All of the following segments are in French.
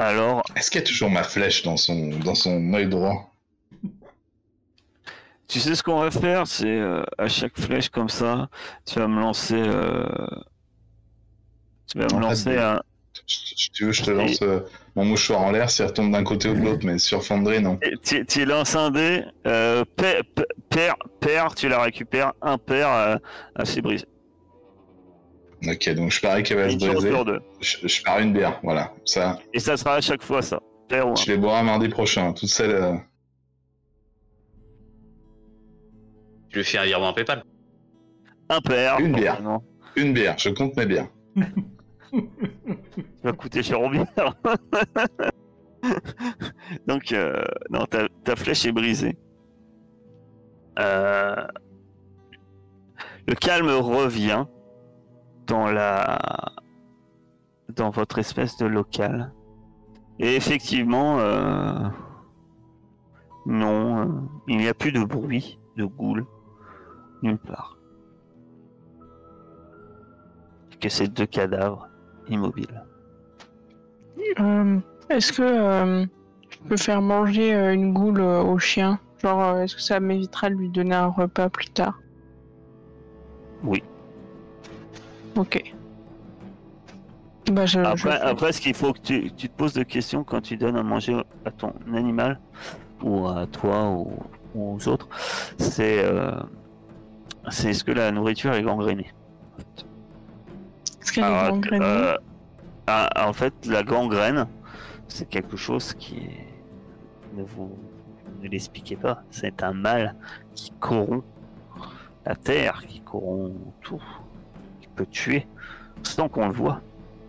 Alors, Est-ce qu'il y a toujours ma flèche dans son œil droit? tu sais ce qu'on va faire, c'est à chaque flèche comme ça, tu vas me lancer, En fait, un. si tu veux, je te lance mon mouchoir en l'air, s'il retombe d'un côté ou de l'autre, mais sur Fandré, non. Tu lances un dé, pair, tu la récupères, impair, c'est brisé. Ok, donc je parie qu'elle va Et se une chance briser. sur deux. Je parie une bière, voilà. Ça, Et ça sera à chaque fois ça. Pair ou je les boirai mardi prochain. Toutes celles. Tu lui fais un virement PayPal. impair. Une bière. Forcément. Une bière, je compte mes bières. Ça va coûter cher au bière. Donc, non, ta flèche est brisée. Le calme revient dans votre espèce de local. Et effectivement, non, il n'y a plus de bruit de ghouls nulle part. Que ces deux cadavres immobiles. Est-ce que je peux faire manger une goule au chien? Genre, est-ce que ça m'évitera de lui donner un repas plus tard? Oui. Ok. Bah, Après, ce qu'il faut que tu te poses de questions quand tu donnes à manger à ton animal, ou à toi, ou aux autres, c'est est-ce que la nourriture est gangrénée? Est-ce qu'elle est gangrénée? En fait, la gangrène, c'est quelque chose qui est... Ne l'expliquez pas. C'est un mal qui corrompt la terre, qui corrompt tout, qui peut tuer sans qu'on le voit.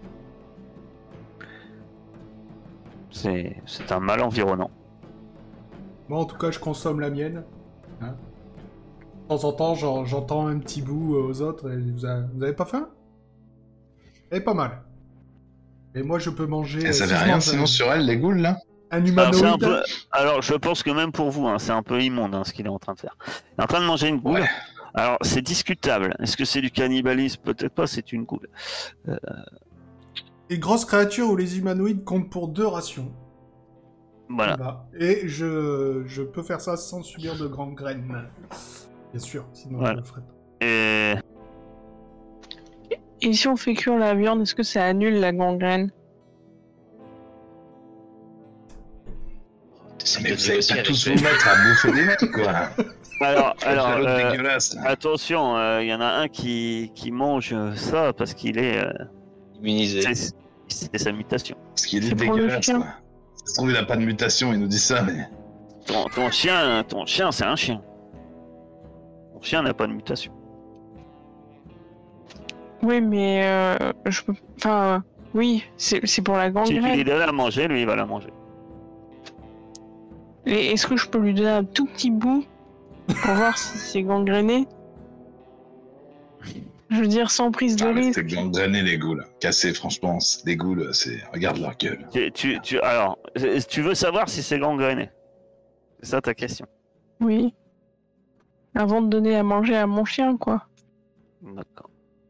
C'est un mal environnant. Moi, en tout cas, je consomme la mienne. Hein. De temps en temps, j'entends un petit bout aux autres. Et vous avez pas faim? Elle est pas mal. Et moi, je peux manger... Elles avaient rien sinon sur elles, les ghouls, là? Un humanoïde. Alors, je pense que même pour vous, hein, c'est un peu immonde ce qu'il est en train de faire. Il est en train de manger une goule. Ouais. Alors, c'est discutable. Est-ce que c'est du cannibalisme? Peut-être pas, c'est une goule. Les grosses créatures ou les humanoïdes comptent pour 2 rations. Voilà. Là. Et je peux faire ça sans subir de gangrène. Bien sûr, sinon je Voilà. le ferais pas. Et si on fait cuire la viande, est-ce que ça annule la gangrène? Mais vous allez pas tous vous mettre à bouffer des mecs, quoi. Alors, Dégueulasse. attention, il y en a un qui mange ça parce qu'il est... Immunisé. c'est sa mutation. Parce qu'il est C'est pour le dégueulasse, chien. quoi. Ça se trouve, il a pas de mutation, il nous dit ça, mais... Ton chien, c'est un chien. Ton chien n'a pas de mutation. Oui, mais je peux... Enfin, oui, c'est pour la Si tu lui gangrène. donnes à manger, lui, il va la manger. Et est-ce que je peux lui donner un tout petit bout pour voir si c'est gangréné? Je veux dire, sans prise de Ah, mais risque. c'est gangréné, les ghouls. Cassé, franchement, les ghouls, c'est... Regarde leur gueule. Alors, tu veux savoir si c'est gangréné? C'est ça ta question? Oui. Avant de donner à manger à mon chien, quoi. D'accord.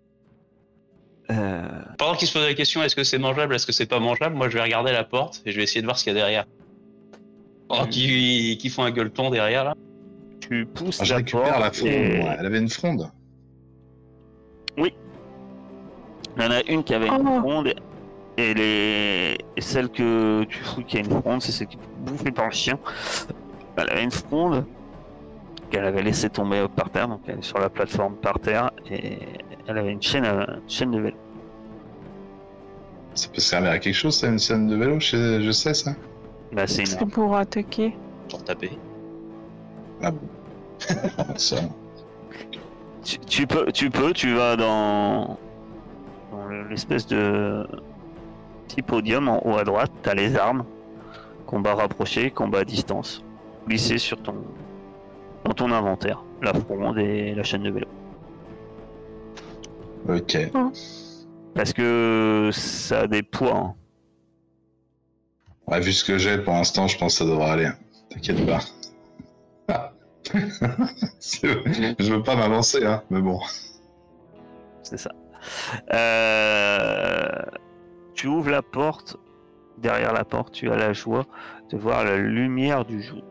Pendant qu'il se pose la question, est-ce que c'est mangeable, est-ce que c'est pas mangeable, moi je vais regarder la porte et je vais essayer de voir ce qu'il y a derrière. Pendant qu'ils font un gueuleton derrière là. Tu pousses Ah, je la récupère porte la fronde, et- moi. Elle avait une fronde. Il y en a une qui avait une Oh. fronde et celle que tu fous qui a une fronde, c'est celle qui est bouffée par le chien. Elle avait une fronde qu'elle avait laissé tomber par terre, donc elle est sur la plateforme par terre et elle avait une chaîne de vélo. Ça peut servir à quelque chose, ça, une scène de vélo, je sais, ça. Bah, c'est une C'est arme. pour attaquer. Pour taper. Ah bon. Ça. Tu vas dans l'espèce de petit podium en haut à droite, t'as les armes, combat rapproché, combat à distance, glissé dans ton inventaire, la fronde et la chaîne de vélo. Ok. Parce que ça a des poids. Hein. Ouais, vu ce que j'ai pour l'instant, je pense que ça devrait aller. T'inquiète pas. Ah. Je veux pas m'avancer, hein, mais bon. C'est ça. Tu ouvres la porte derrière la porte, tu as la joie de voir la lumière du jour.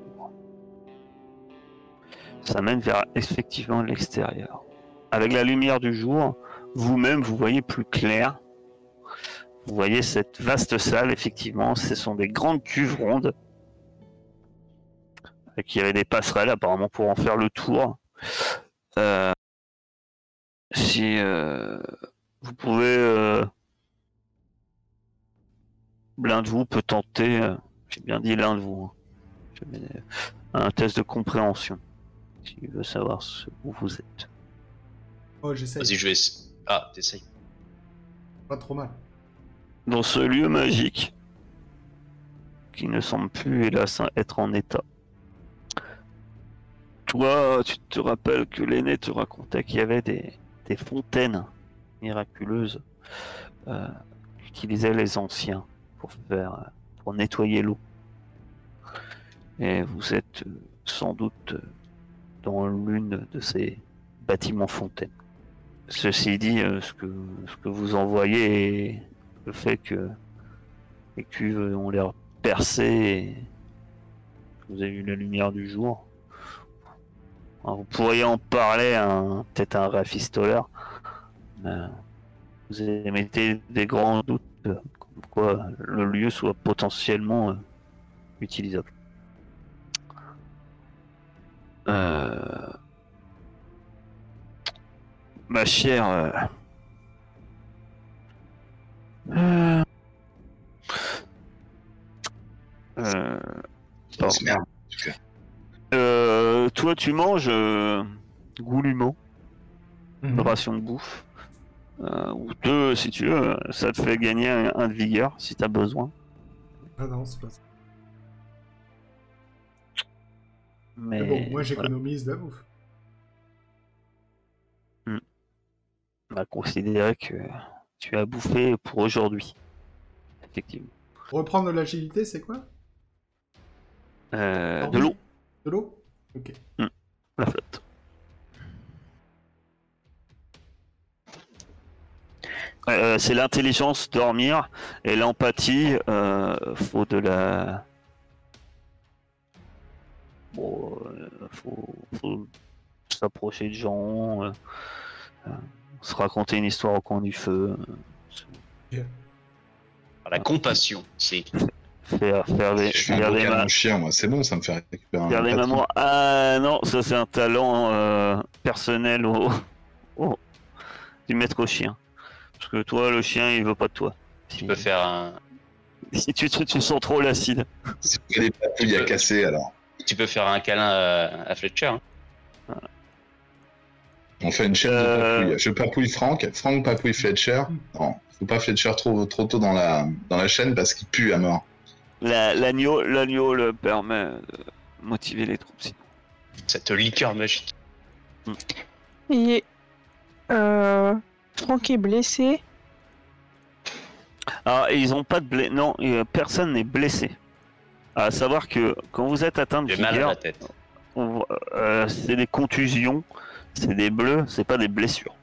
Ça mène vers effectivement l'extérieur. Avec la lumière du jour, vous-même, vous voyez plus clair. Vous voyez cette vaste salle, effectivement, ce sont des grandes cuves rondes. Et qu'il y avait des passerelles apparemment pour en faire le tour. Si vous pouvez, l'un de vous peut tenter, j'ai bien dit l'un de vous, un test de compréhension, s'il veut savoir où vous êtes. Oh, j'essaye. Vas-y, je vais. Ah, t'essayes. Pas trop mal. Dans ce lieu magique, qui ne semble plus, hélas, être en état. Toi, tu te rappelles que l'aîné te racontait qu'il y avait des fontaines miraculeuses qu'utilisaient les anciens pour nettoyer l'eau. Et vous êtes sans doute dans l'une de ces bâtiments fontaines. Ceci dit, ce que vous en voyez est le fait que les cuves ont l'air percées et que vous avez vu la lumière du jour. Alors, vous pourriez en parler à peut-être un rafistoleur. Vous émettez des grands doutes comme quoi le lieu soit potentiellement utilisable. Ma chère... Grosse merde, en tout cas. toi, tu manges goulûment, une Mhm. ration de bouffe, ou deux si tu veux, ça te fait gagner un de vigueur si t'as besoin. Ah non, c'est pas ça. Mais Mais bon, moi voilà. j'économise la bouffe. On va considérer que tu as bouffé pour aujourd'hui. Effectivement. Reprendre l'agilité, c'est quoi? De l'eau, De l'eau? Ok. la flotte. C'est l'intelligence, dormir, et l'empathie, faut de la... Bon, faut s'approcher de gens, se raconter une histoire au coin du feu, La compassion, c'est. faire des... Je fais un faire des bocal à ma- mon chien, moi, c'est bon, ça me fait récupérer un faire des empathie. mamans. Ah non, ça c'est un talent personnel du maître au chien. Parce que toi, le chien, il veut pas de toi. Tu peux faire un. Si tu sens trop l'acide. C'est que des papouilles à casser, alors. Tu peux faire un câlin à Fletcher. Hein. On fait une chaîne de papouilles. Je papouille Franck, Franck papouille Fletcher. Non, faut pas Fletcher trop tôt dans la chaîne parce qu'il pue à mort. L'agneau le permet de motiver les troupes. Sinon. Cette liqueur magique. Et Franck est blessé. Alors, ils ont pas de blessé. Non, personne n'est blessé. À savoir que quand vous êtes atteint de J'ai mal à vigueur, la tête. c'est des contusions, c'est des bleus, c'est pas des blessures.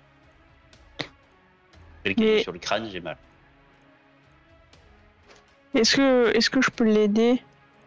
J'ai le caillou Mais- sur le crâne, j'ai mal. Est-ce que je peux l'aider?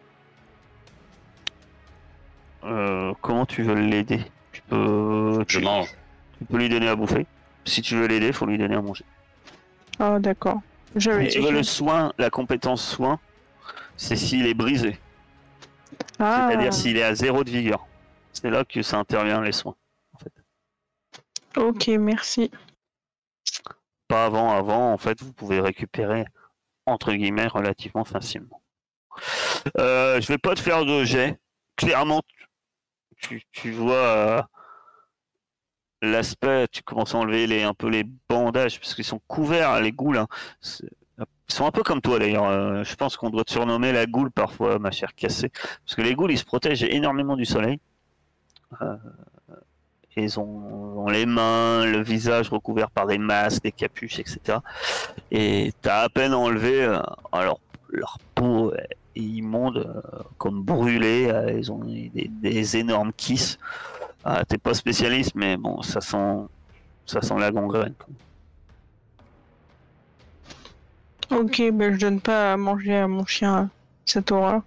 Comment tu veux l'aider? Tu peux lui donner à bouffer. Si tu veux l'aider, faut lui donner à manger. Ah d'accord. Si tu veux le soin, la compétence soin, c'est s'il est brisé. Ah, C'est-à-dire s'il est à 0 de vigueur. C'est là que ça intervient les soins. En fait. ok, merci. Pas avant, en fait, vous pouvez récupérer entre guillemets relativement facilement. Je vais pas te faire de jet. Clairement, tu vois l'aspect, tu commences à enlever un peu les bandages parce qu'ils sont couverts, les goules. Hein. Ils sont un peu comme toi d'ailleurs. Je pense qu'on doit te surnommer la goule parfois, ma chère cassée. Parce que les goules, ils se protègent énormément du soleil. Ils ont les mains, le visage recouvert par des masques, des capuches, etc. Et t'as à peine enlevé alors leur peau est immonde, comme brûlée. Ils ont des énormes kisses. T'es pas spécialiste, mais bon, ça sent la gangrène. Ok, ben je donne pas à manger à mon chien cette aura.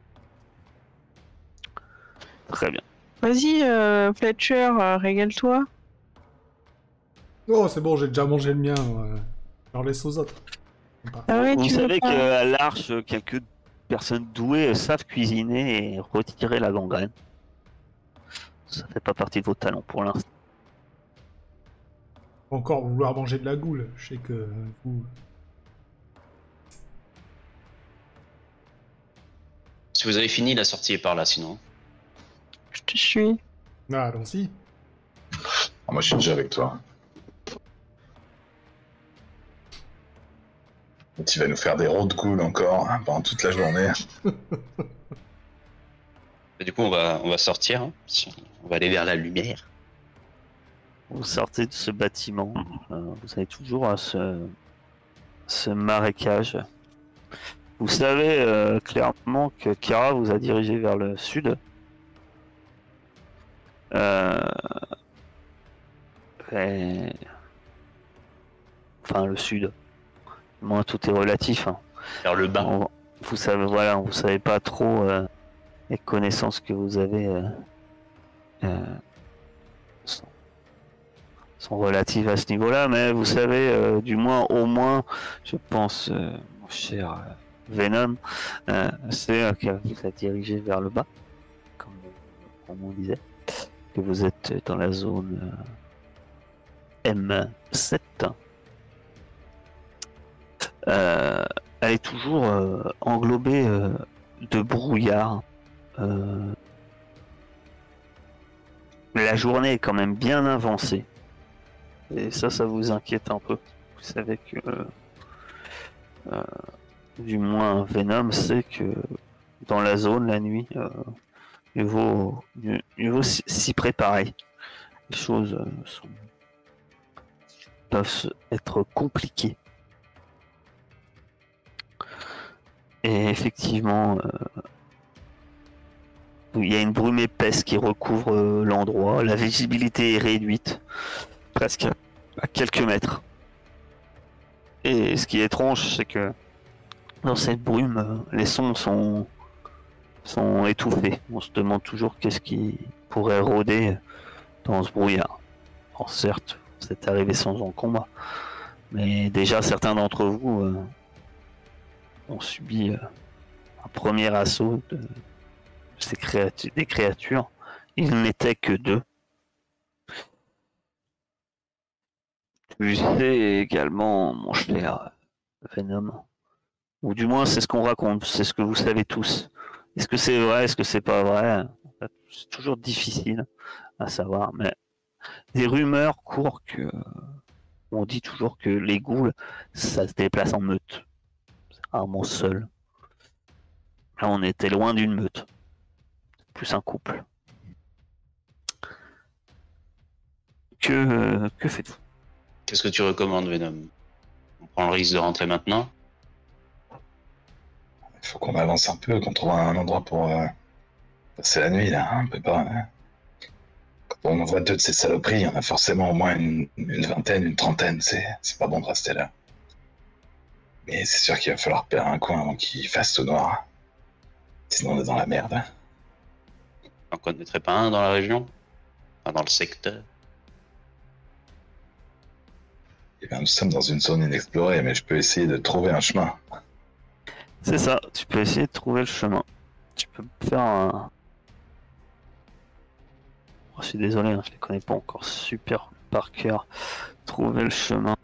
Très bien. Vas-y, Fletcher, régale-toi. Oh, c'est bon, j'ai déjà mangé le mien. Je leur laisse aux autres. Ah ouais, Vous tu veux savez pas qu'à l'Arche, quelques personnes douées savent cuisiner et retirer la gangrène. Ça fait pas partie de vos talents pour l'instant. Encore vouloir manger de la goule. Je sais que vous. Si vous avez fini, la sortie est par là, sinon. Je te suis. Ah, allons-y. Ah, moi, je suis déjà avec toi. Et tu vas nous faire des road cool encore pendant toute la journée. Et du coup, on va sortir. Hein. On va aller vers la lumière. Vous sortez de ce bâtiment, vous avez toujours à ce marécage. Vous savez clairement que Kira vous a dirigé vers le sud. Enfin, le sud. Moi, tout est relatif. Hein. Vers le bas. Vous savez, voilà, vous savez pas trop les connaissances que vous avez sont relatives à ce niveau-là, mais vous savez, du moins, au moins, je pense, mon cher Venom, c'est que vous êtes dirigé vers le bas, comme on disait, que vous êtes dans la zone M7. Elle est toujours englobée de brouillard. La journée est quand même bien avancée. Et ça vous inquiète un peu. Vous savez que, du moins Venom sait que dans la zone, la nuit, il vaut s'y préparer. Les choses peuvent être compliquées. Et effectivement, il y a une brume épaisse qui recouvre l'endroit. La visibilité est réduite, presque à quelques mètres. Et ce qui est étrange, c'est que dans cette brume, les sons sont étouffés. On se demande toujours qu'est-ce qui pourrait rôder dans ce brouillard. Alors certes, vous êtes arrivé sans encombre, mais déjà certains d'entre vous ont subi un premier assaut de des créatures. Il n'était que deux. Tu sais également, mon cher Venom, ou du moins c'est ce qu'on raconte, c'est ce que vous savez tous. Est-ce que c'est vrai, est-ce que c'est pas vrai? C'est toujours difficile à savoir, mais des rumeurs courent que on dit toujours que les ghouls, ça se déplace en meute, rarement seul. Là, on était loin d'une meute, plus un couple. Que faites-vous? Qu'est-ce que tu recommandes, Venom? On prend le risque de rentrer maintenant? Il faut qu'on avance un peu, qu'on trouve un endroit pour passer la nuit, là. Hein, on peut pas... Quand on voit deux de ces saloperies, il y en a forcément au moins une vingtaine, une trentaine. C'est pas bon de rester là. Mais c'est sûr qu'il va falloir perdre un coin avant qu'il fasse tout noir. Sinon, on est dans la merde. Hein. On connaîtrait pas un dans la région? Enfin, dans le secteur? Eh bien, nous sommes dans une zone inexplorée, mais je peux essayer de trouver un chemin. C'est ça, tu peux essayer de trouver le chemin. Tu peux faire un... Oh, je suis désolé, hein, je les connais pas encore super par cœur. Trouver le chemin.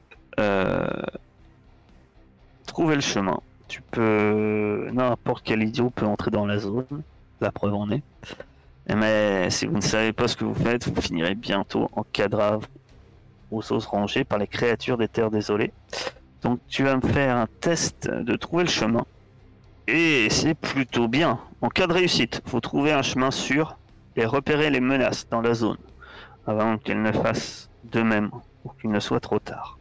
Trouver le chemin. Tu peux... N'importe quel idiot peut entrer dans la zone. La preuve en est. Mais si vous ne savez pas ce que vous faites, vous finirez bientôt en cadavre aux os rangés par les créatures des terres désolées. Donc tu vas me faire un test de trouver le chemin. Et c'est plutôt bien. En cas de réussite, faut trouver un chemin sûr et repérer les menaces dans la zone avant qu'elles ne fassent de même ou qu'il ne soit trop tard.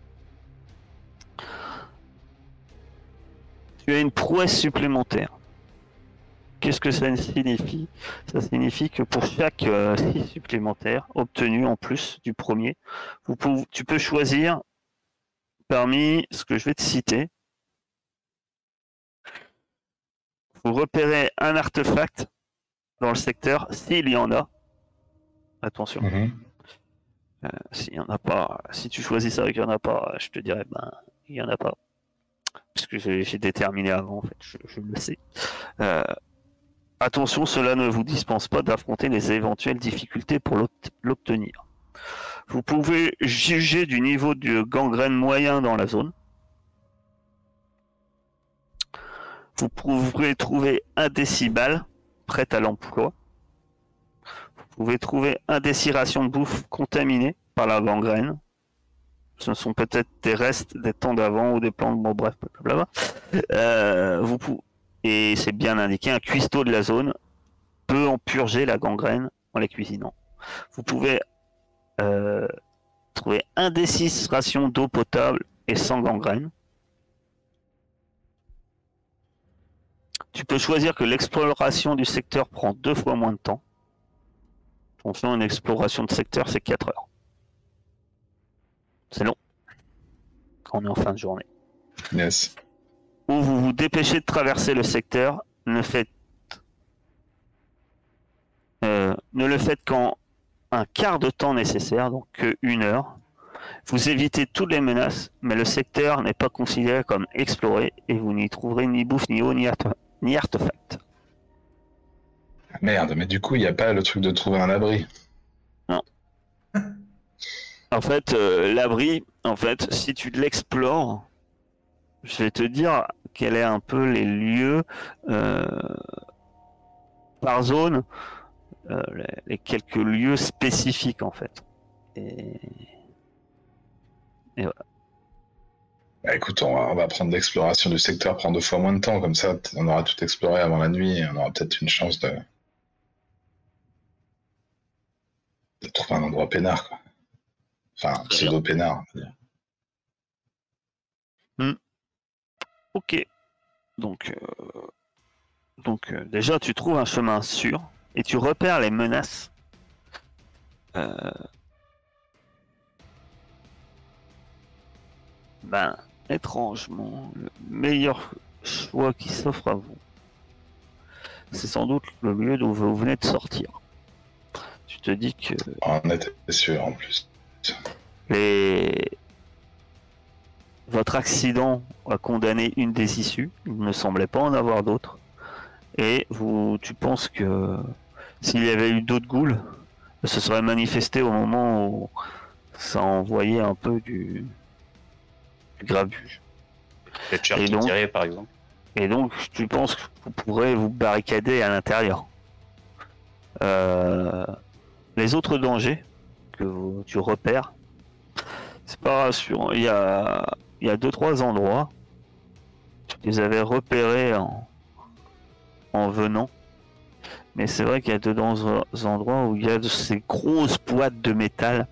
Tu as une prouesse supplémentaire. Qu'est-ce que ça signifie? Ça signifie que pour chaque 6 supplémentaires obtenus en plus du premier, tu peux choisir parmi ce que je vais te citer Vous repérez un artefact dans le secteur, s'il y en a. Attention. S'il y en a pas, si tu choisis ça et qu'il y en a pas, je te dirais, il y en a pas. Parce que j'ai déterminé avant, en fait, je le sais. Attention, cela ne vous dispense pas d'affronter les éventuelles difficultés pour l'obtenir. Vous pouvez juger du niveau de gangrène moyen dans la zone. Vous pouvez trouver un décibel prêt à l'emploi. Vous pouvez trouver un ration de bouffe contaminées par la gangrène. Ce sont peut-être des restes des temps d'avant ou des plantes, bon bref, blablabla. Et c'est bien indiqué, un cuistot de la zone peut en purger la gangrène en les cuisinant. Vous pouvez trouver un des 6 rations d'eau potable et sans gangrène. Tu peux choisir que l'exploration du secteur prend 2 fois moins de temps. Attention, une exploration de secteur, c'est 4 heures. C'est long. Quand on est en fin de journée. Yes. Ou vous vous dépêchez de traverser le secteur, ne le faites qu'en un quart de temps nécessaire, donc que 1 heure. Vous évitez toutes les menaces, mais le secteur n'est pas considéré comme exploré et vous n'y trouverez ni bouffe, ni eau, ni artefact. Merde, mais du coup, il n'y a pas le truc de trouver un abri. Non. En fait, l'abri, si tu l'explores, je vais te dire quels est un peu les lieux par zone, les quelques lieux spécifiques en fait. Et voilà. Bah écoute, on va prendre l'exploration du secteur, prendre 2 fois moins de temps, comme ça on aura tout exploré avant la nuit et on aura peut-être une chance de trouver un endroit peinard, quoi. Enfin, pseudo-peinard, on va dire. Ok. Donc déjà, tu trouves un chemin sûr et tu repères les menaces. Étrangement, le meilleur choix qui s'offre à vous, c'est sans doute le lieu d'où vous venez de sortir. Tu te dis que On était sûr en plus. votre accident a condamné une des issues, il ne semblait pas en avoir d'autres. Et tu penses que s'il y avait eu d'autres ghouls, ça serait manifesté au moment où ça envoyait un peu du grabuge. Fletcher qui tirait, par exemple. Et donc, tu penses que vous pourrez vous barricader à l'intérieur. Les autres dangers que tu repères, c'est pas rassurant. Il y a 2-3 endroits. Tu les avais repérés en venant. Mais c'est vrai qu'il y a 2 endroits où il y a ces grosses boîtes de métal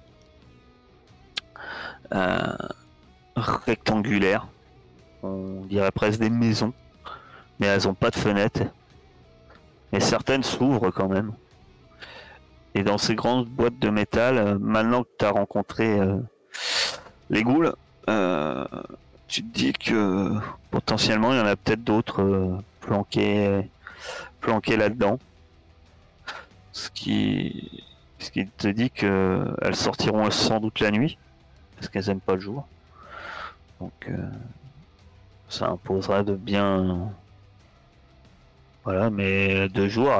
rectangulaires. On dirait presque des maisons. Mais elles n'ont pas de fenêtres. Mais certaines s'ouvrent quand même. Et dans ces grandes boîtes de métal, maintenant que tu as rencontré les ghouls, tu te dis que potentiellement il y en a peut-être d'autres planqués là-dedans. Ce qui te dit qu'elles sortiront sans doute la nuit, parce qu'elles aiment pas le jour. Donc ça imposera de bien... Voilà, mais de jour,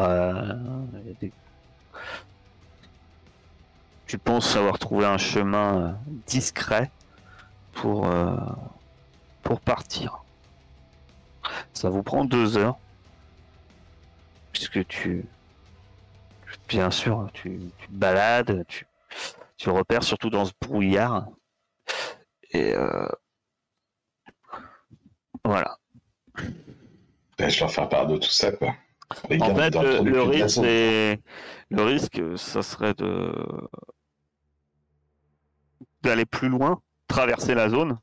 tu penses avoir trouvé un chemin discret pour partir. Ça vous prend 2 heures, puisque bien sûr, tu te balades, tu repères surtout dans ce brouillard. Et voilà. Ben, je leur faire part de tout ça, quoi. En fait, le risque, ça serait d'aller plus loin, traverser la zone.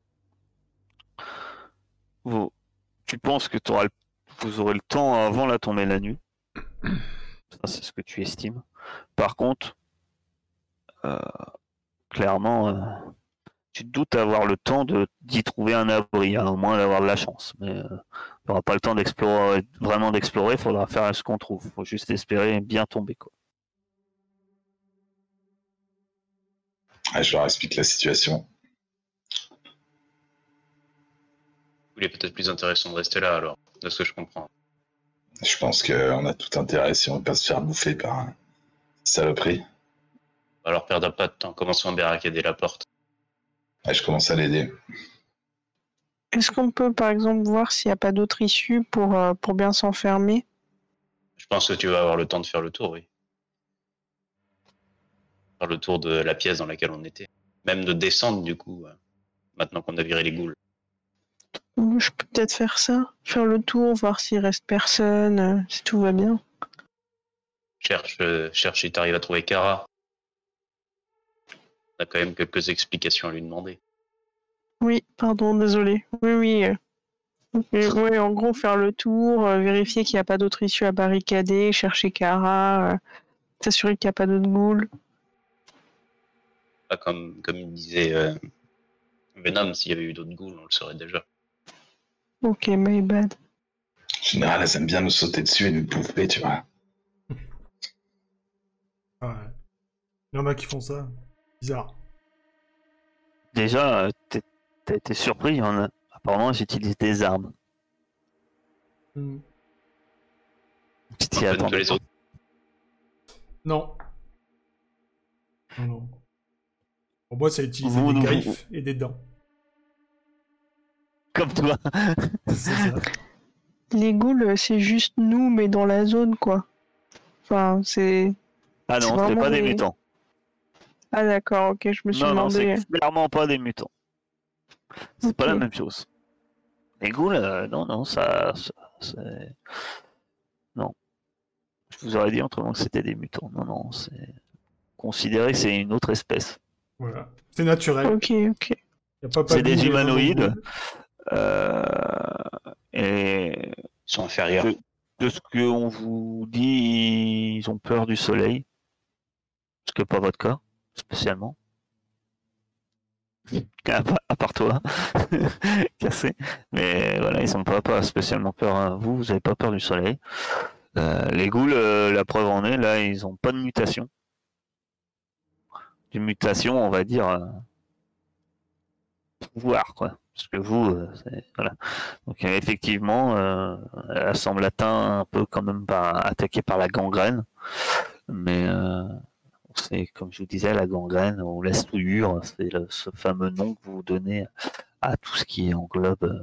Tu penses que vous aurez le temps avant la tombée de la nuit. Ça, c'est ce que tu estimes. Par contre, clairement, tu te doutes avoir le temps d'y trouver un abri, hein, au moins d'avoir de la chance. Mais tu n'auras pas le temps d'explorer, vraiment d'explorer, il faudra faire ce qu'on trouve. Il faut juste espérer bien tomber, quoi. Ouais, je leur explique la situation. Il est peut-être plus intéressant de rester là alors, de ce que je comprends. Je pense qu'on a tout intérêt si on ne veut pas se faire bouffer par un saloperie. Alors perdons pas de temps, commençons à barricader la porte. Ouais, je commence à l'aider. Est-ce qu'on peut, par exemple, voir s'il n'y a pas d'autre issue pour bien s'enfermer? Je pense que tu vas avoir le temps de faire le tour, oui. Faire le tour de la pièce dans laquelle on était. Même de descendre du coup, maintenant qu'on a viré les ghouls. Je peux peut-être faire ça. Faire le tour, voir s'il reste personne, si tout va bien. Cherche si t'arrives à trouver Kara. On a quand même quelques explications à lui demander. Oui, pardon, désolé. Oui, oui. Oui, en gros, faire le tour, vérifier qu'il n'y a pas d'autre issue à barricader, chercher Kara, s'assurer qu'il n'y a pas d'autres ghouls. Pas comme il disait Venom, s'il y avait eu d'autres ghouls, on le saurait déjà. Ok, my bad. En général, elles aiment bien nous sauter dessus et nous bouffer, tu vois. Ouais. Il y en a qui font ça. Bizarre. Déjà, t'as été surpris, apparemment j'utilise des armes. Hmm. Tu t'y Enfin, que attendais les pas. autres. Non. Non. Pour moi, c'est utiliser Vous, des vous- griffes et des dents. Comme toi. C'est ça. Les ghouls, c'est juste nous, mais dans la zone, quoi. Enfin, c'est... Ah C'est non, c'est vraiment pas des des- mutants. Ah d'accord, ok, je me suis Non, c'est demandé... clairement pas des mutants. C'est pas la Ok. même chose. Les ghouls, non, c'est... Non. Je vous aurais dit autrement que c'était des mutants. Non, c'est... Considéré que c'est une autre espèce. Voilà. C'est naturel. Ok. Y a pas C'est de des goût, les humanoïdes. hommes Euh, Et Ils sont inférieurs. de ce qu'on vous dit, ils ont peur du soleil. Ce que pas votre cas, spécialement. À part toi, cassé. Mais voilà, ils ont pas spécialement peur. Hein. Vous avez pas peur du soleil. Les ghouls, la preuve en est, là, ils ont pas de mutation. Une mutation, on va dire, pouvoir, quoi. Parce que vous, voilà. Donc effectivement, elle semble atteinte un peu quand même attaquée par la gangrène. Mais c'est comme je vous disais, la gangrène, on laisse souillure, c'est ce fameux nom que vous donnez à tout ce qui englobe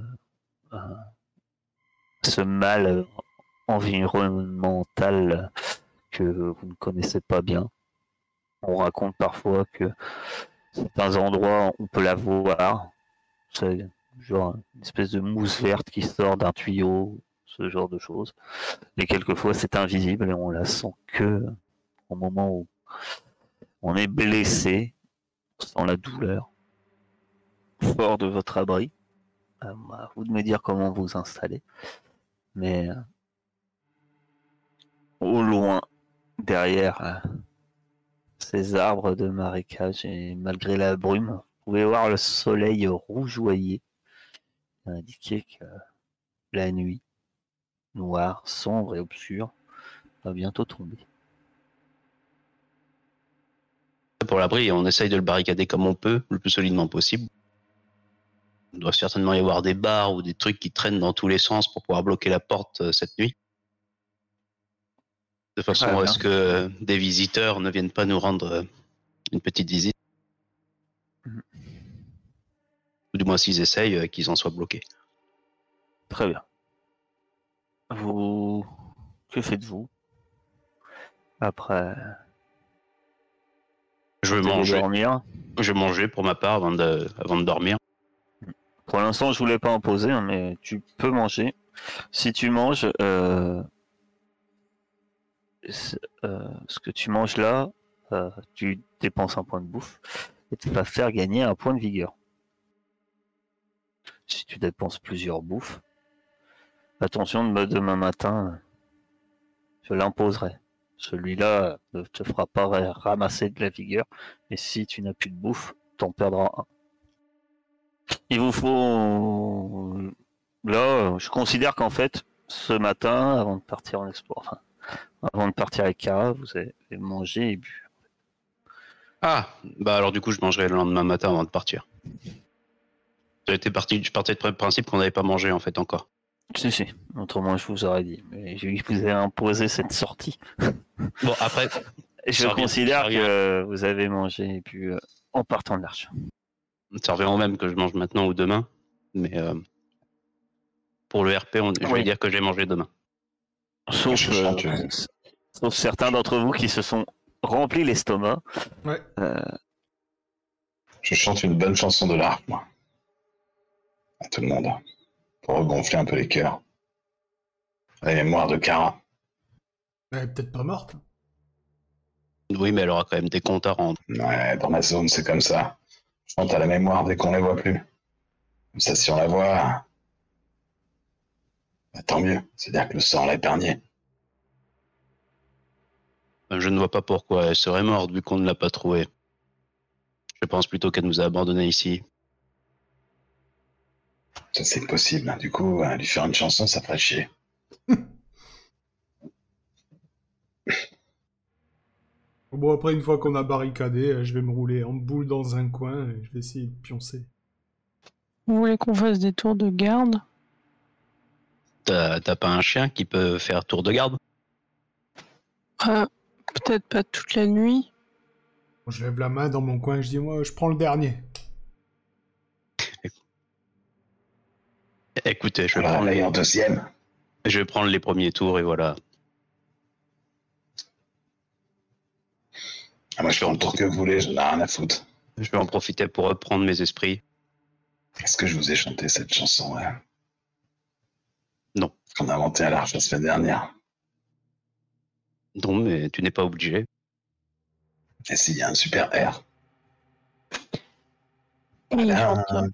ce mal environnemental que vous ne connaissez pas bien. On raconte parfois que certains endroits, on peut la voir. C'est genre une espèce de mousse verte qui sort d'un tuyau, ce genre de choses. Et quelquefois, c'est invisible et on la sent que au moment où on est blessé, sans la douleur, fort de votre abri. À vous de me dire comment vous installer. Mais au loin, derrière ces arbres de marécage et malgré la brume, vous pouvez voir le soleil rougeoyer, indiquer que la nuit, noire, sombre et obscure, va bientôt tomber. Pour l'abri, on essaye de le barricader comme on peut, le plus solidement possible. Il doit certainement y avoir des barres ou des trucs qui traînent dans tous les sens pour pouvoir bloquer la porte cette nuit. De façon à ce que des visiteurs ne viennent pas nous rendre une petite visite. Ou du moins s'ils essayent, qu'ils en soient bloqués. Très bien. Que faites-vous après? Je vais Vous allez manger. dormir. Je vais manger pour ma part avant de dormir. Pour l'instant, je voulais pas en poser, hein, mais tu peux manger. Si tu manges, ce que tu manges là, tu dépenses un point de bouffe et tu vas faire gagner un point de vigueur. Si tu dépenses plusieurs bouffes, attention, demain matin, je l'imposerai. Celui-là ne te fera pas ramasser de la vigueur, et si tu n'as plus de bouffe, t'en perdras un. Il vous faut... Là, je considère qu'en fait, ce matin, avant de partir en exploration, enfin, avant de partir avec Kara, vous avez mangé et bu. Ah, bah alors du coup, je mangerai le lendemain matin avant de partir. Je partais du principe qu'on n'avait pas mangé en fait encore. Si. Autrement, je vous aurais dit. Mais j'ai vu que vous avez imposé cette sortie. Bon, après, Je ça revient- considère ça revient. que vous avez mangé et bu en partant de l'arche. Ça revient au même que je mange maintenant ou demain. Mais pour le RP, je vais Oui. dire que j'ai mangé demain. Sauf, Je chante, sauf certains d'entre vous qui se sont remplis l'estomac. Ouais. je chante une bonne chanson de l'harpe, moi. À tout le monde. Pour regonfler un peu les cœurs. La mémoire de Kara. Elle est peut-être pas morte. Oui, mais elle aura quand même des comptes à rendre. Ouais, dans ma zone, c'est comme ça. Je chante à la mémoire dès qu'on les voit plus. Comme ça, si on la voit, bah, tant mieux. C'est-à-dire que le sang l'a épargné. Je ne vois pas pourquoi elle serait morte vu qu'on ne l'a pas trouvée. Je pense plutôt qu'elle nous a abandonnés ici. Ça, c'est possible. Hein. Du coup, lui faire une chanson, ça ferait chier. Bon, après, une fois qu'on a barricadé, je vais me rouler en boule dans un coin et je vais essayer de pioncer. Vous voulez qu'on fasse des tours de garde? T'as pas un chien qui peut faire tour de garde? Peut-être pas toute la nuit. Bon, je lève la main dans mon coin et je dis, moi, je prends le dernier. Écoutez, je vais Voilà, prendre là, en deuxième. les premiers tours et voilà. Ah, moi, je fais le tour que vous voulez, j'en ai rien à foutre. Je vais en profiter pour reprendre mes esprits. Est-ce que je vous ai chanté cette chanson là Non. Qu'on a inventé à l'arche la semaine dernière. Non, mais tu n'es pas obligé. Et s'il y a un super R. Oui, j'entends.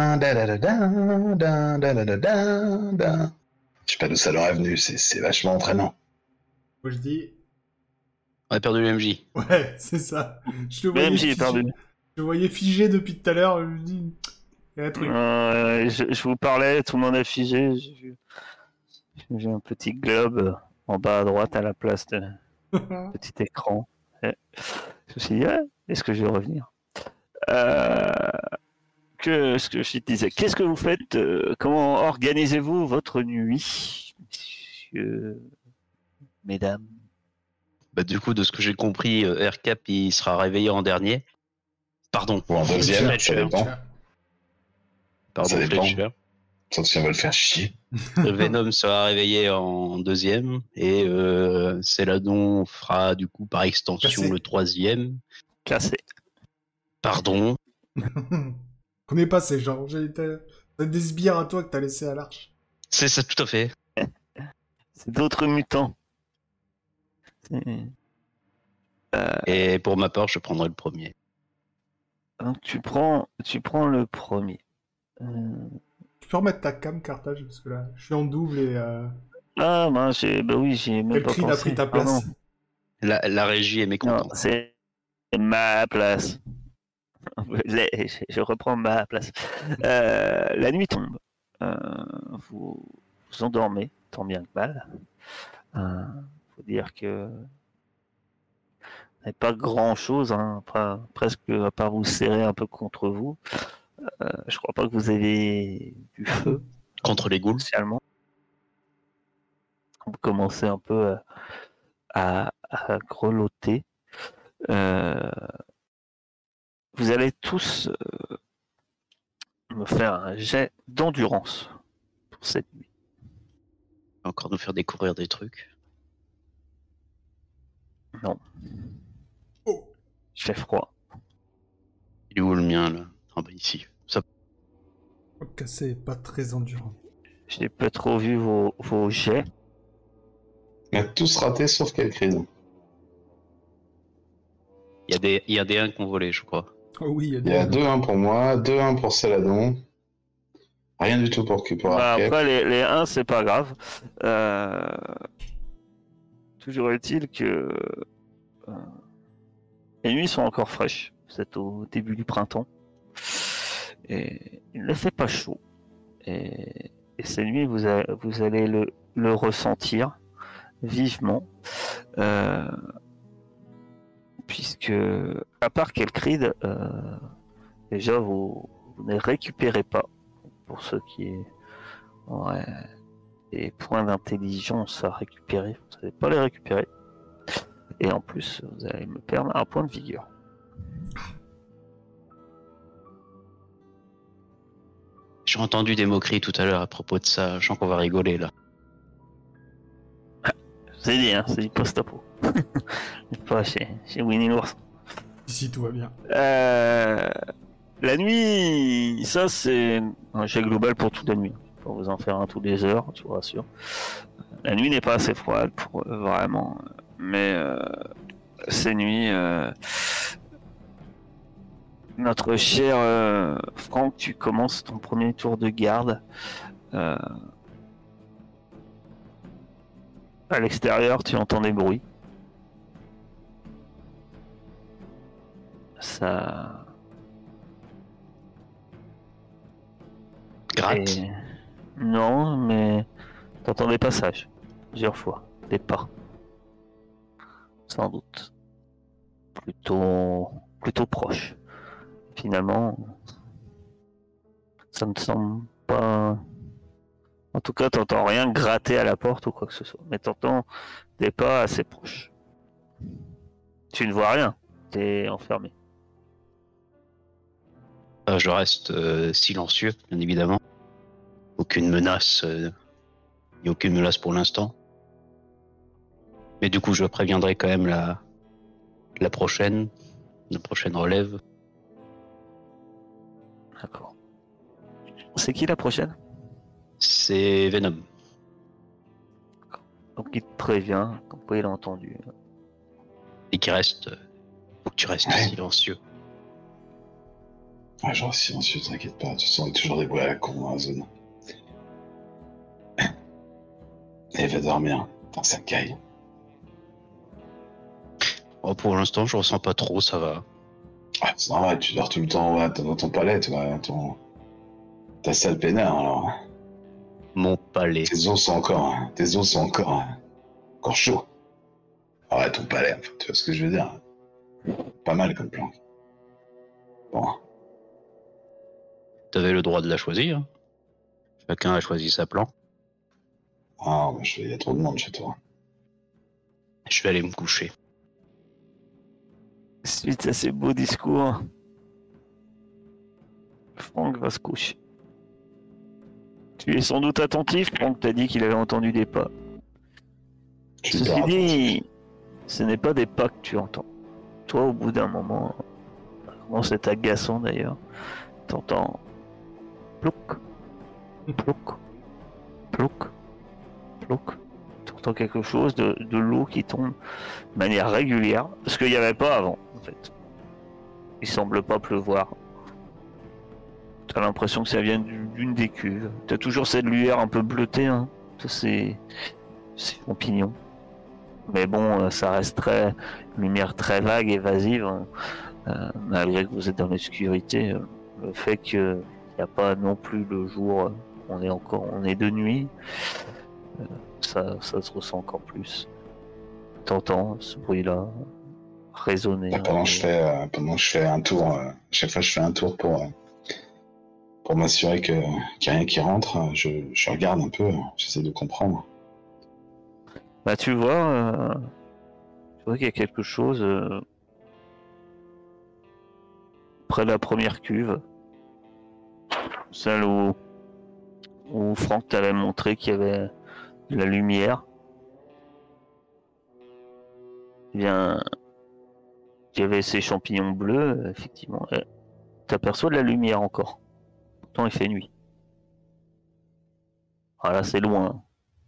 Je sais pas d'où ça leur est venu, c'est vachement entraînant. Moi, je dis, On a perdu le MJ. ouais, c'est ça. Je te voyais Même j'ai figé. perdu. Je te voyais figé depuis tout à l'heure. Je me dis, il y a un truc. Je vous parlais, tout le monde a figé. J'ai vu un petit globe en bas à droite à la place de petit écran. Et je me suis dit, ah, est-ce que je vais revenir ce que je te disais, qu'est-ce que vous faites comment organisez-vous votre nuit, messieurs, mesdames? Bah, du coup, de ce que j'ai compris, Aircap, il sera réveillé en dernier. Pardon. Ou en deuxième, ça Fletcher. dépend. Pardon, Ça dépend. Fletcher. Sauf si on veut le faire chier. Venom sera réveillé en deuxième et Céladon fera du coup par extension Cassé. le troisième. Cassé. Pardon. Qu'on est passé, genre, c'est des sbires à toi que t'as laissé à l'arche. C'est ça, tout à fait. C'est d'autres mutants. Et pour ma part, je prendrai le premier. Donc tu prends le premier. Tu peux remettre ta cam, Carthage, parce que là, je suis en double et Ah ben j'ai même pas Elkrine a pensé. pris ta place. Pardon. La régie est Non, mécontente. c'est ma place. Je reprends ma place. La nuit tombe. Vous vous endormez, tant bien que mal. Faut dire que vous n'avez pas grand-chose, hein, presque à part vous serrer un peu contre vous. Je crois pas que vous avez du feu. Contre les ghouls. Spécialement. Vous commencez un peu à grelotter. Vous allez tous me faire un jet d'endurance pour cette nuit. Encore nous faire découvrir des trucs. Non. Oh. Il fait froid. Il est où le mien là? Ah bah ici. Ça... Cassé est pas très endurant. J'ai pas trop vu vos jets. On a tous raté sauf Elkrine. Il y a des 1 qui ont volé, je crois. Oh oui, Il y a 2-1 pour moi, 2-1 pour Céladon. Rien du tout pour Arcep. Après, les 1, c'est pas grave. Toujours est-il que les nuits sont encore fraîches. C'est au début du printemps. Et il ne fait pas chaud. Et cette nuit, vous allez le ressentir vivement. Puisque, à part Kelkrid, déjà vous ne récupérez pas, pour ceux qui auraient des points d'intelligence à récupérer, vous n'allez pas les récupérer. Et en plus, vous allez me perdre un point de vigueur. J'ai entendu des moqueries tout à l'heure à propos de ça. Je sens qu'on va rigoler là. C'est dit, hein, c'est du post-apo. Pas chez Winnie l'ours. Ici, tout va bien. La nuit, ça c'est un jet global pour toute la nuit. Pour vous en faire un tous les heures, je vous rassure. La nuit n'est pas assez froide pour vraiment, mais ces nuits, notre cher Franck, tu commences ton premier tour de garde. À l'extérieur, tu entends des bruits. Ça. Gratte. Et... Non, mais t'entends des passages, plusieurs fois, des pas. Sans doute. Plutôt proche. Finalement, ça ne semble pas... En tout cas, t'entends rien gratter à la porte ou quoi que ce soit. Mais t'entends des pas assez proches. Tu ne vois rien. T'es enfermé. Je reste silencieux, bien évidemment. Aucune menace. Il n'y a aucune menace pour l'instant. Mais du coup, je préviendrai quand même la prochaine relève. D'accord. C'est qui la prochaine? C'est Venom. Donc il te prévient, comme quoi il a entendu. Et qui reste... faut que tu restes Ouais. silencieux. Ouais, genre silencieux, t'inquiète pas. De toute façon, on est toujours des bruits à la con dans la zone. Et va dormir dans sa caille. Oh, pour l'instant, je ressens pas trop, ça va. Ah, c'est normal, tu dors tout le temps ouais, dans ton palais, toi. Ta sale peinard, alors. Mon palais. Tes os sont encore chauds. Ah ouais, ton palais, enfin, tu vois ce que je veux dire. Pas mal comme plan. Bon, T'avais le droit de la choisir. Chacun a choisi sa plan. ah, bah, il y a trop de monde chez toi. Je vais aller me coucher. Suite à ces beaux discours, Franck va se coucher. Tu es sans doute attentif, Franck t'a dit qu'il avait entendu des pas. Je suis Ceci hyper dit, ce n'est pas des pas que tu entends. Toi, au bout d'un moment, comment c'est agaçant d'ailleurs, t'entends plouc, plouc, plouc, plouc. T'entends quelque chose de l'eau qui tombe de manière régulière, ce qu'il n'y avait pas avant, en fait. Il semble pas pleuvoir. T'as l'impression que ça vient d'une des cuves. T'as toujours cette lueur un peu bleutée, hein. Ça, c'est champignons. Mais bon, ça reste une lumière très vague, évasive. Malgré que vous êtes dans l'obscurité, le fait qu'il n'y a pas non plus le jour, on est de nuit, ça se ressent encore plus. T'entends ce bruit-là résonner. Bah, pendant que je fais un tour, chaque fois je fais un tour pour m'assurer qu'il n'y a rien qui rentre, je regarde un peu, j'essaie de comprendre. Bah tu vois qu'il y a quelque chose près de la première cuve, celle où Franck t'avait montré qu'il y avait de la lumière. Eh bien, il y avait ces champignons bleus, effectivement. T'aperçois de la lumière encore. Pourtant, il fait nuit. Voilà, c'est loin.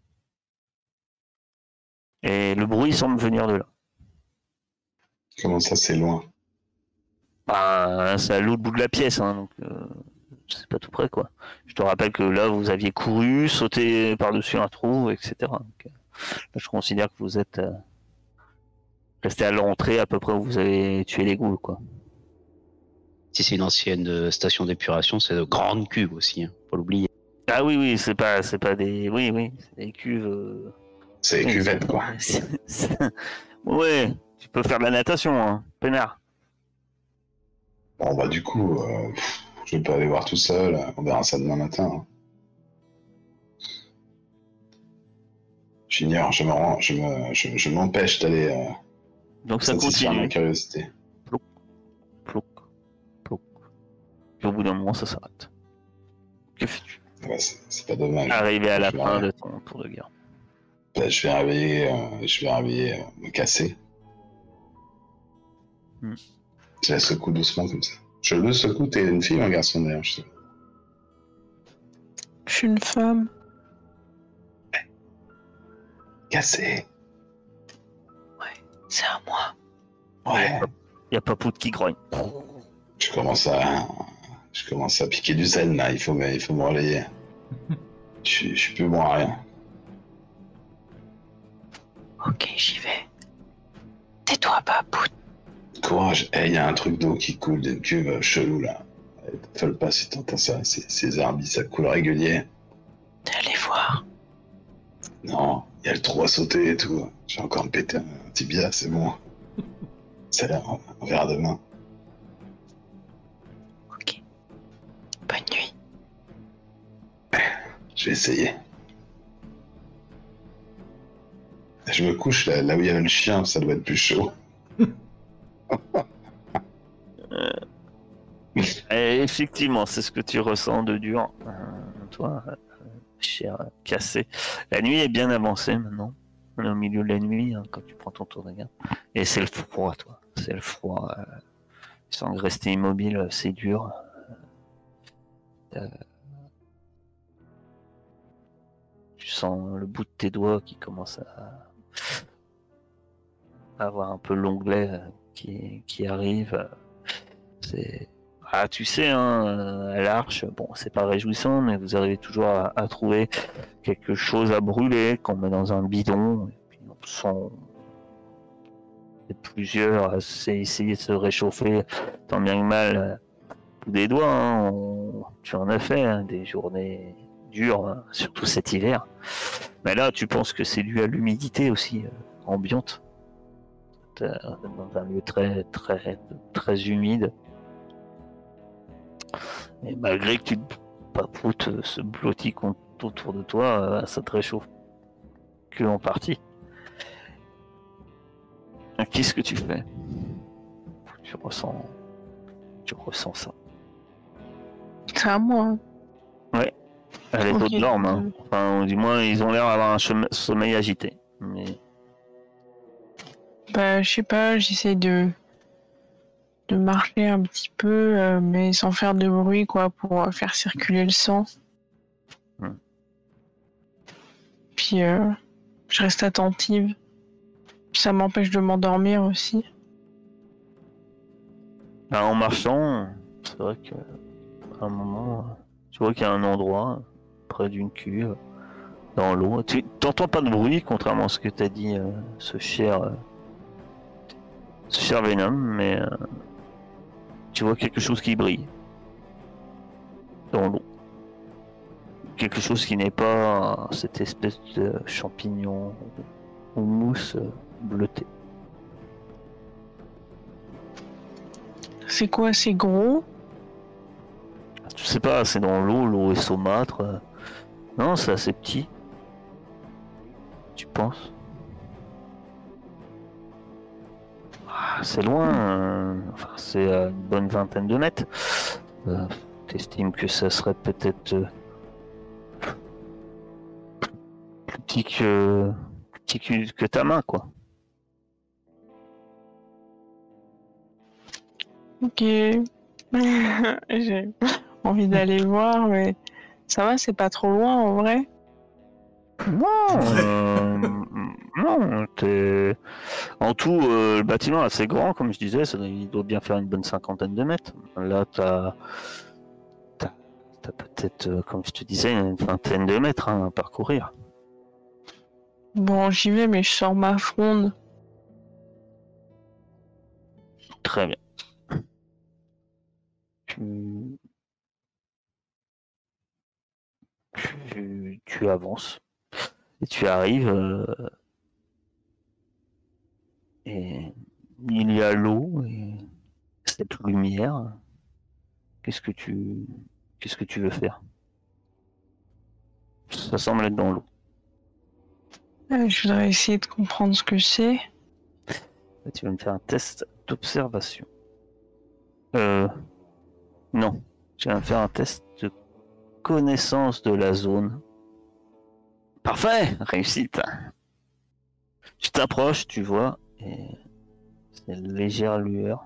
Et le bruit semble venir de là. Comment ça, c'est loin? Bah, c'est à l'autre bout de la pièce, hein, donc c'est pas tout près, quoi. Je te rappelle que là, vous aviez couru, sauté par-dessus un trou, etc. Donc, là, je considère que vous êtes resté à l'entrée à peu près où vous avez tué les ghouls, quoi. Si c'est une ancienne station d'épuration, c'est de grandes cuves aussi, hein, faut l'oublier. Ah oui, c'est pas des... Oui, c'est des cuves... C'est oui, cuvette, quoi. Ouais, tu peux faire de la natation, hein, peinard. Bon, bah, du coup, je peux aller voir tout seul. On verra ça demain matin. Hein. J'ignore, je m'empêche d'aller Donc ça satisfaire ma continue. curiosité. Plouc, plouc, plouc. Et au bout d'un moment, ça s'arrête. Que fais-tu? Ouais, c'est pas dommage. Arrivé à la Je vais fin arriver- de ton tour de guerre. Bah, je vais réveiller, me casser. Hmm. Je la secoue doucement comme ça. Je le secoue, t'es une fille ou un garçon d'ailleurs, je sais. Je suis une femme. Cassé. C'est à moi. Ouais. Y a pas Pout qui grogne. Je commence à piquer du zen là, il faut me relayer. Je suis plus bon à rien. Ok, j'y vais. Tais-toi pas, Pout. Courage, il y a un truc d'eau qui coule d'une cuve chelou là. Folle pas si t'entends ça, ces herbis, ça coule régulier. T'es allé voir. Non, il y a le trou à sauter et tout. J'ai encore me pété un tibia, c'est bon. Ça a l'air, on verra demain. Ok. Bonne nuit. Je vais essayer. Je me couche là où il y avait le chien, ça doit être plus chaud. Et effectivement, c'est ce que tu ressens de dur, toi, cher cassé. La nuit est bien avancée maintenant. On est au milieu de la nuit hein, quand tu prends ton tour de garde. Et c'est le froid, toi. C'est le froid. Tu sens que rester immobile, c'est dur. Tu sens le bout de tes doigts qui commence à avoir un peu l'onglet qui arrive. C'est... Ah, tu sais, hein, à l'arche, bon, c'est pas réjouissant, mais vous arrivez toujours à trouver quelque chose à brûler qu'on met dans un bidon. Et puis on sent plusieurs à essayer de se réchauffer, tant bien que mal, tous des doigts. Hein, tu en as fait hein, des journées dures, hein, surtout cet hiver. Mais là, tu penses que c'est dû à l'humidité aussi ambiante, dans un lieu très humide. Et malgré que tu te papoutes ce blotti autour de toi, ça te réchauffe que en partie. Qu'est-ce que tu fais? Tu ressens ça. C'est à moi. Les Ok. autres dorment, hein. Enfin, du moins, ils ont l'air d'avoir un sommeil agité. Mais Bah, je sais pas, j'essaie de marcher un petit peu, mais sans faire de bruit, quoi, pour faire circuler le sang. Puis, je reste attentive. Ça m'empêche de m'endormir aussi. en marchant, c'est vrai qu'à un moment, tu vois qu'il y a un endroit près d'une cuve, dans l'eau. Tu n'entends pas de bruit, contrairement à ce que t'as dit ce cher Venom, mais tu vois quelque chose qui brille dans l'eau. Quelque chose qui n'est pas cette espèce de champignon ou mousse bleutée. C'est quoi, c'est gros? Tu sais pas, c'est dans l'eau est saumâtre. Non, c'est assez petit. Tu penses? C'est loin, enfin c'est à une bonne vingtaine de mètres. T'estimes que ça serait peut-être plus petit que ta main, quoi. Ok. J'ai envie d'aller voir, mais ça va, c'est pas trop loin en vrai. Non, t'es... En tout, le bâtiment est assez grand, comme je disais, il doit bien faire une bonne cinquantaine de mètres. Là, t'as peut-être, comme je te disais, une vingtaine de mètres hein, à parcourir. Bon, j'y vais, mais je sors ma fronde. Très bien. tu avances et tu arrives et il y a l'eau et cette lumière. Qu'est-ce que tu veux faire? Ça semble être dans l'eau. Je voudrais essayer de comprendre ce que c'est. Tu vas me faire un test d'observation. Non. Tu vas me faire un test de connaissance de la zone. Parfait! Réussite! Tu t'approches, tu vois, et c'est une légère lueur.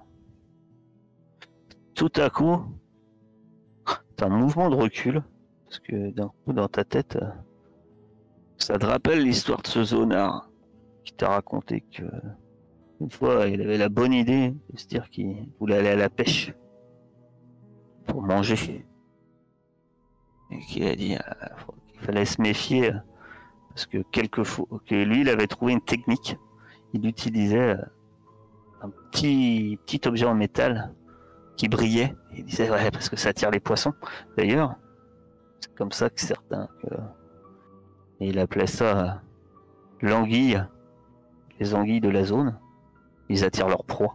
Tout à coup, t'as un mouvement de recul, parce que d'un coup, dans ta tête, ça te rappelle l'histoire de ce zonard qui t'a raconté que une fois, il avait la bonne idée de se dire qu'il voulait aller à la pêche pour manger. Et qu'il a dit qu'il fallait se méfier parce que quelquefois, que lui, il avait trouvé une technique. Il utilisait un petit objet en métal qui brillait. Il disait ouais parce que ça attire les poissons. D'ailleurs, c'est comme ça que certains, et il appelait ça l'anguille. Les anguilles de la zone, ils attirent leur proie.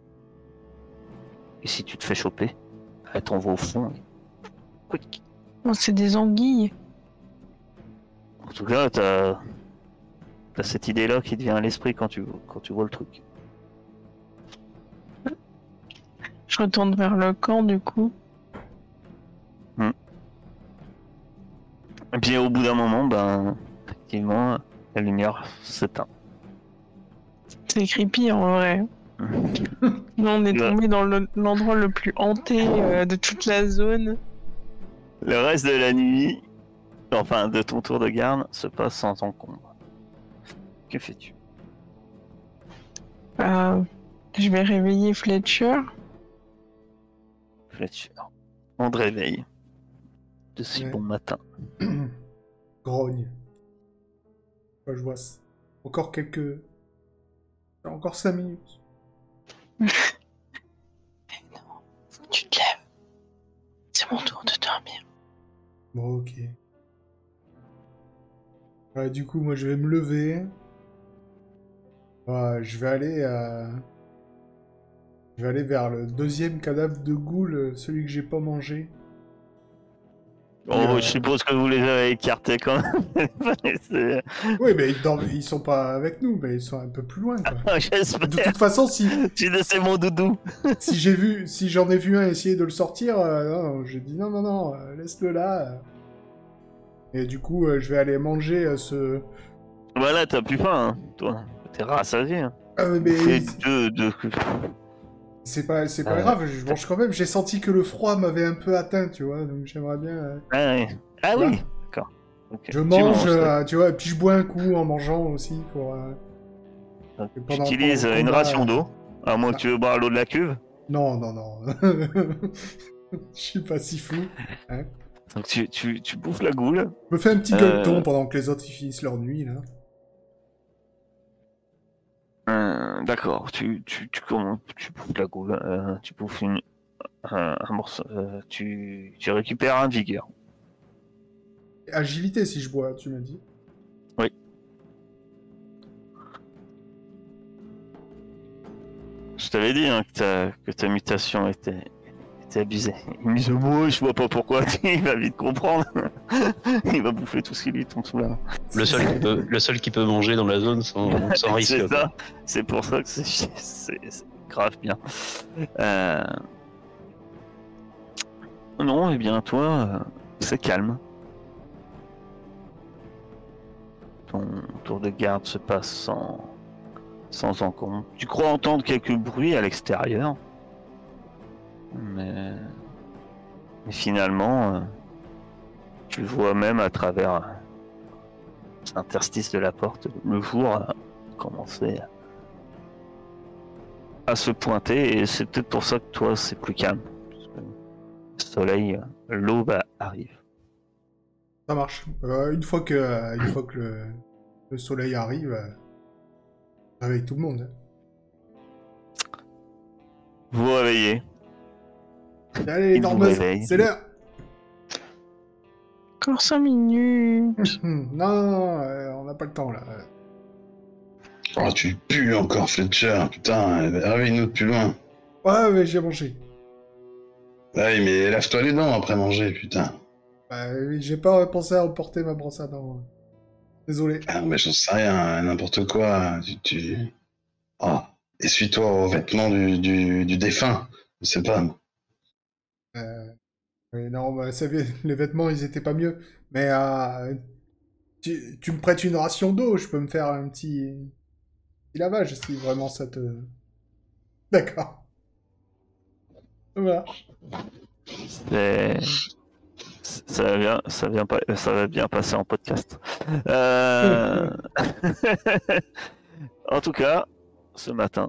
Et si tu te fais choper, elle t'envoie au fond. Quick. Oh, c'est des anguilles. En tout cas, t'as cette idée-là qui te vient à l'esprit quand tu vois le truc. Je retourne vers le camp du coup. Et puis au bout d'un moment, effectivement, la lumière s'éteint. C'est creepy en vrai. Là, on est tombé dans l'endroit le plus hanté de toute la zone. Le reste de la nuit, enfin de ton tour de garde, se passe sans encombre. Que fais-tu? Je vais réveiller Fletcher. Fletcher, on te réveille de si bon matin. Grogne. Je vois. Encore 5 minutes. Non, faut que tu te lèves. C'est mon tour de dormir. Bon, ok. Ouais, du coup, moi, je vais me lever. Je vais aller vers le deuxième cadavre de ghoul, celui que j'ai pas mangé. Oh, je suppose que vous les avez écartés quand même. Oui, mais ils sont pas avec nous, mais ils sont un peu plus loin, quoi. J'espère. De toute façon, si C'est mon doudou. si j'en ai vu un essayer de le sortir, non, j'ai dit non, laisse-le là. Et du coup, je vais aller manger ce... Voilà, t'as plus faim, hein, toi. T'es rassasié. Hein. Mais... Deux. C'est pas grave, je mange quand même. J'ai senti que le froid m'avait un peu atteint, tu vois, donc j'aimerais bien... Ah oui, d'accord. Okay. Je mange, tu vois, et puis je bois un coup en mangeant aussi, pour... Tu utilises une ration d'eau, à moins que tu veux boire l'eau de la cuve. Non. Je suis pas si fou. Hein. Donc tu bouffes la goule. Je me fais un petit gueuleton pendant que les autres ils finissent leur nuit, là. D'accord, tu bouffes la goule, tu bouffes un morceau, tu récupères un vigueur. Agilité si je bois, tu m'as dit. Oui. Je t'avais dit hein, que ta mutation était abusée. Il me dit moi je vois pas pourquoi, il va vite comprendre. Il va bouffer tout ce qui lui tombe sous la main. Le seul qui peut manger dans la zone sans risque. C'est ça. C'est pour ça que c'est grave bien. Non, et bien toi, c'est calme. Ton tour de garde se passe sans encombre. Tu crois entendre quelques bruits à l'extérieur, mais finalement, tu vois même à travers l'interstice de la porte le jour commencer à se pointer, et c'est peut-être pour ça que toi c'est plus calme. Parce que le soleil, l'aube arrive. Ça marche. Une fois que le soleil arrive, avec tout le monde. Vous vous réveillez. Allez, Il vous Normeuse, réveille. c'est l'heure. Encore 5 minutes. Non, on n'a pas le temps, là. Oh, tu pues encore, Fletcher. Putain, réveille-nous de plus loin. Ouais, mais j'ai mangé. Ouais, mais lave-toi les dents après manger, putain. Bah, oui, j'ai pas pensé à emporter ma brosse à dents. Désolé. Ah, mais j'en sais rien, n'importe quoi. Oh, essuie-toi aux vêtements du défunt. Je sais pas. Oui, non, bah, les vêtements, ils étaient pas mieux. Mais tu me prêtes une ration d'eau, je peux me faire un petit lavage si vraiment ça te... D'accord. Ça marche. C'est- ça va bien passer en podcast. En tout cas, ce matin,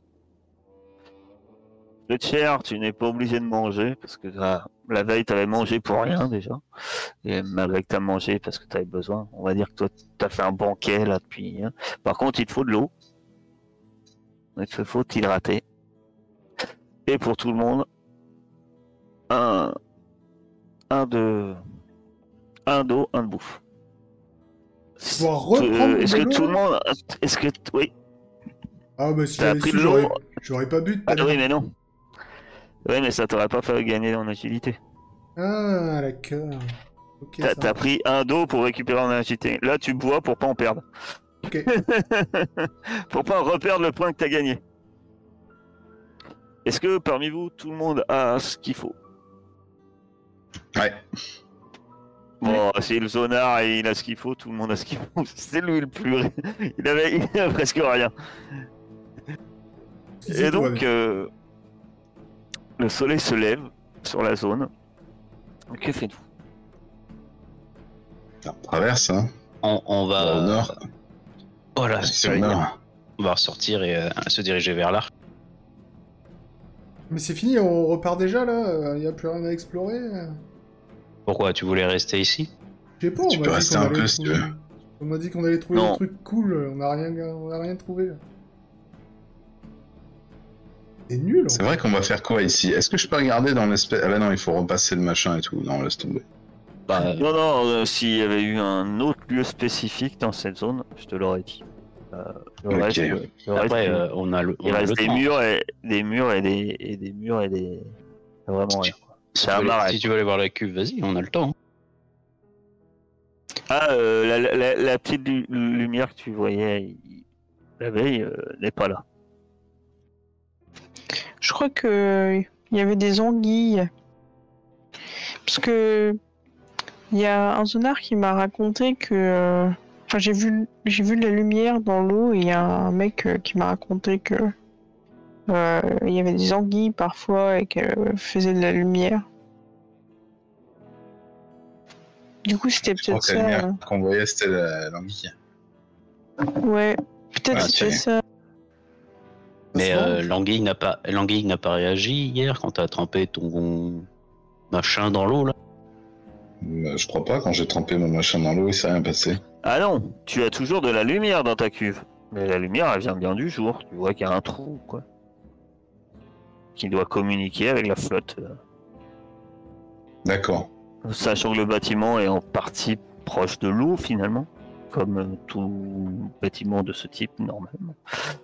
le tiers, tu n'es pas obligé de manger parce que la veille, tu avais mangé pour rien déjà. Et malgré que tu as mangé parce que tu avais besoin, on va dire que toi, tu as fait un banquet là depuis. Hein. Par contre, il te faut de l'eau. Il te faut t'hydrater. Et pour tout le monde, un d'eau, un de bouffe. Je dois reprendre Est-ce de que l'eau, tout le là monde. Est-ce que. Oui, Ah, bah si t'as j'avais pris su, de l'eau. j'aurais pas bu tout Ah à l'heure. oui, mais non. Oui, mais ça t'aurait pas fait gagner en agilité. Ah, d'accord. Ok, ça T'as pris un d'eau pour récupérer en agilité. Là, tu bois pour pas en perdre. Ok. Pour pas reperdre le point que t'as gagné. Est-ce que parmi vous, tout le monde a ce qu'il faut? Ouais. Bon, si le zonard il a ce qu'il faut, tout le monde a ce qu'il faut. C'est lui le plus. Il avait presque rien. Si, Et tout va donc, bien. le soleil se lève sur la zone. Que faites-vous? On traverse, hein. On va Au nord. Voilà, C'est au nord. on va ressortir et se diriger vers l'arc. Mais c'est fini, on repart déjà, là. Y a plus rien à explorer. Pourquoi tu voulais rester ici? Je sais pas, Tu peux rester un peu, si tu veux. On m'a dit qu'on allait trouver Non. des trucs cool, on a rien trouvé. Là. C'est nul. C'est vrai qu'on va faire quoi ici? Est-ce que je peux regarder dans l'espèce... Ah bah non, il faut repasser le machin et tout. Non, laisse tomber. Bah, Non, s'il y avait eu un autre lieu spécifique dans cette zone, je te l'aurais dit. Le Ok. reste, après, on a le, il on a reste le des temps. murs et des murs et des murs et des. Vraiment rien. Quoi. Si C'est un marais. si tu veux aller voir la cuve, vas-y, on a le temps. Ah, la petite lumière que tu voyais la veille n'est pas là. Je crois que il y avait des anguilles. Parce que il y a un zonard qui m'a raconté que... Enfin, j'ai vu de la lumière dans l'eau et il y a un mec qui m'a raconté que il y avait des anguilles parfois et qu'elles faisaient de la lumière. Du coup, c'était Je crois peut-être que la ça. lumière qu'on voyait, c'était l'anguille. Ouais, peut-être Ah, c'était tiens. ça. Mais se mange. l'anguille n'a pas réagi hier quand t'as trempé ton machin dans l'eau là. Je crois pas, quand j'ai trempé mon machin dans l'eau, il s'est rien passé. Ah non, tu as toujours de la lumière dans ta cuve. Mais la lumière, elle vient bien du jour. Tu vois qu'il y a un trou, quoi. Qui doit communiquer avec la flotte. D'accord. Sachant que le bâtiment est en partie proche de l'eau, finalement. Comme tout bâtiment de ce type, normalement.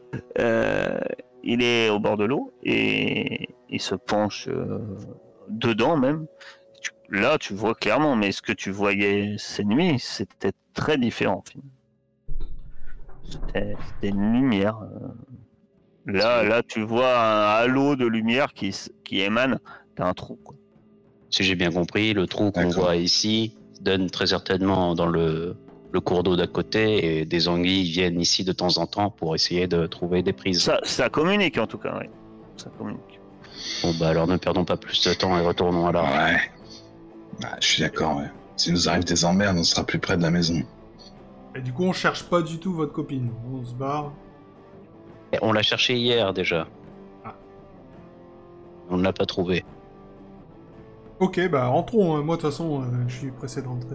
Il est au bord de l'eau et il se penche dedans, même. Là, tu vois clairement, mais ce que tu voyais ces nuits, c'était très différent, finalement. C'était une lumière. Là, tu vois un halo de lumière qui émane d'un trou, quoi. Si j'ai bien compris, le trou qu'on D'accord. voit ici donne très certainement dans le cours d'eau d'à côté et des anguilles viennent ici de temps en temps pour essayer de trouver des prises. Ça communique, en tout cas, oui. Ça communique. Bon bah alors ne perdons pas plus de temps et retournons à l'arc. Ouais. Ah, je suis d'accord, ouais. S'il nous arrive des emmerdes, on sera plus près de la maison. Et du coup, on cherche pas du tout votre copine. On se barre. Et on l'a cherché hier déjà. Ah. On ne l'a pas trouvé. Ok, bah rentrons. Hein. Moi, de toute façon, je suis pressé de rentrer.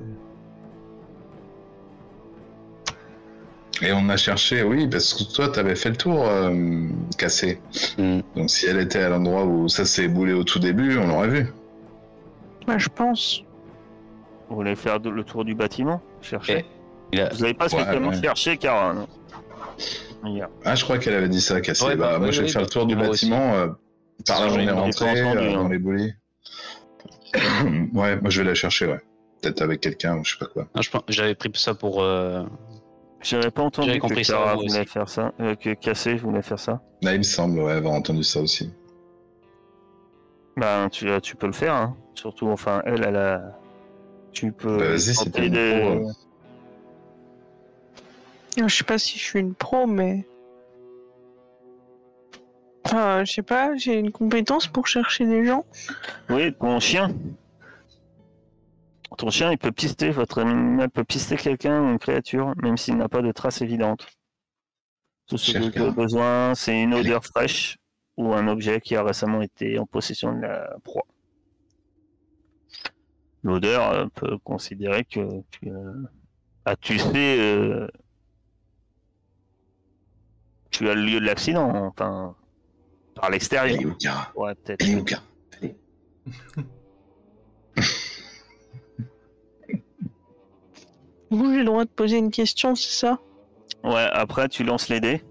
Et on a cherché, oui, parce que toi, t'avais fait le tour, cassé. Hmm. Donc si elle était à l'endroit où ça s'est éboulé au tout début, on l'aurait vu. Bah, je pense. Vous voulez faire le tour du bâtiment? Chercher? Vous n'avez pas Ouais, spécialement ouais. cherché, Cara, non? Hier. Ah, je crois qu'elle avait dit ça, Cassé. Ouais, Bah, moi, je vais oui, faire le tour du moi aussi. bâtiment. Par là, Ça, on j'ai est pas rentré entendu, dans hein. les boulis. Ouais, moi, je vais la chercher, ouais. Peut-être avec quelqu'un ou je sais pas quoi. Non, j'avais pris ça pour. J'avais pas entendu J'avais que compris ça, Cara moi voulait aussi. faire ça, que Cassé voulait faire ça. Là, il me semble, ouais, avoir entendu ça aussi. Ben, tu peux le faire, hein. Surtout, enfin, elle a... Tu peux Bah, vas-y, tenter c'était une pro. Je sais pas si je suis une pro, mais. Enfin, je sais pas, j'ai une compétence pour chercher des gens. Oui, ton chien. Ton chien, il peut pister, votre animal peut pister quelqu'un ou une créature, même s'il n'a pas de traces évidentes. Tout ce que tu as besoin, c'est une odeur fraîche ou un objet qui a récemment été en possession de la proie. L'odeur peut considérer que tu sais, tu as le lieu de l'accident, enfin, par l'extérieur. Elle est où, Cara? Ouais, peut-être. Elle est où, Cara? Allez. Du coup, j'ai le droit de poser une question, c'est ça? Ouais, après, tu lances les dés.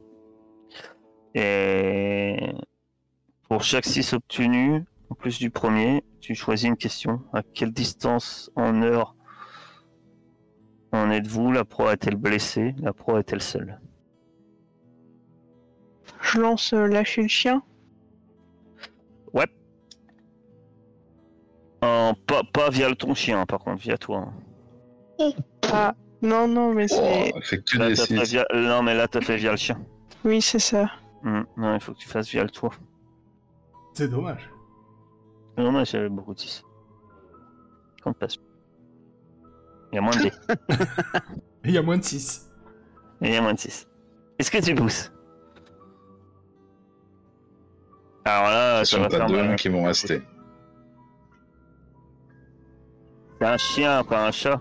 Et pour chaque 6 obtenus, en plus du premier, tu choisis une question. À quelle distance en heure en êtes-vous? La proie est-elle blessée? La proie est-elle seule? Je lance lâcher le chien. Ouais. Pas via ton chien, par contre, via toi. Ah, non, non, mais c'est. Oh, elle fait que Là, des t'as fait 6. via... Non, mais là, t'as fait via le chien. Oui, c'est ça. Non, il faut que tu fasses via le toit. C'est dommage. Non, moi, j'avais beaucoup de 6. Compte pas. Il y a moins de dés. Il y a moins de 6. Il y a moins de 6. Est-ce que tu pousses? Alors là, Ce ça sont va pas faire deux mal. qui vont rester. C'est un chien, pas un chat.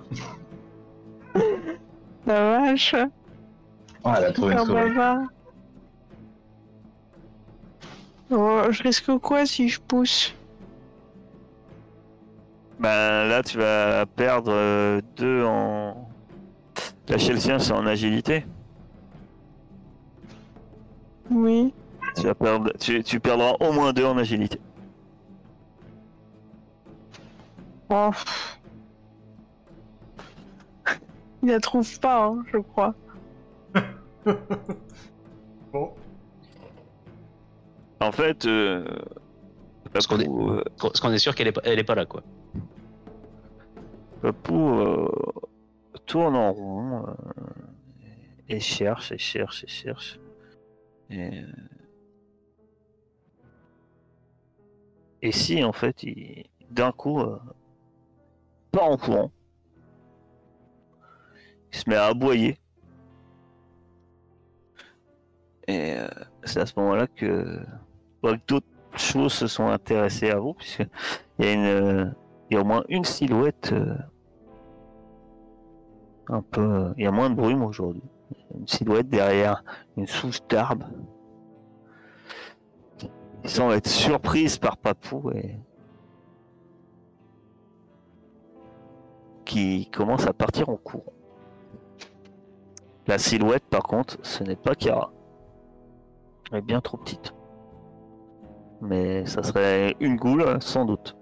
La vache. Oh, elle a trouvé une Super connerie. bavard. Oh, je risque quoi si je pousse? Ben là, tu vas perdre 2 en. Lâcher le sien, c'est en agilité. Oui. Tu vas perdre. Tu perdras au moins 2 en agilité. Oh. pff. Il la trouve pas, hein, je crois. Bon. En fait, Parce qu'on est- Parce qu'on est sûr qu'elle est pas là, quoi. Papou tourne en rond et cherche. Et si, en fait, d'un coup, part en courant. Il se met à aboyer. Et c'est à ce moment-là que d'autres choses se sont intéressées à vous, puisque il y a au moins une silhouette un peu. Il y a moins de brume aujourd'hui. Une silhouette derrière une souche d'arbre. Ils semble être surprise par Papou et qui commence à partir en courant. La silhouette, par contre, ce n'est pas Kara. Elle est bien trop petite. Mais ça serait une goule, sans doute.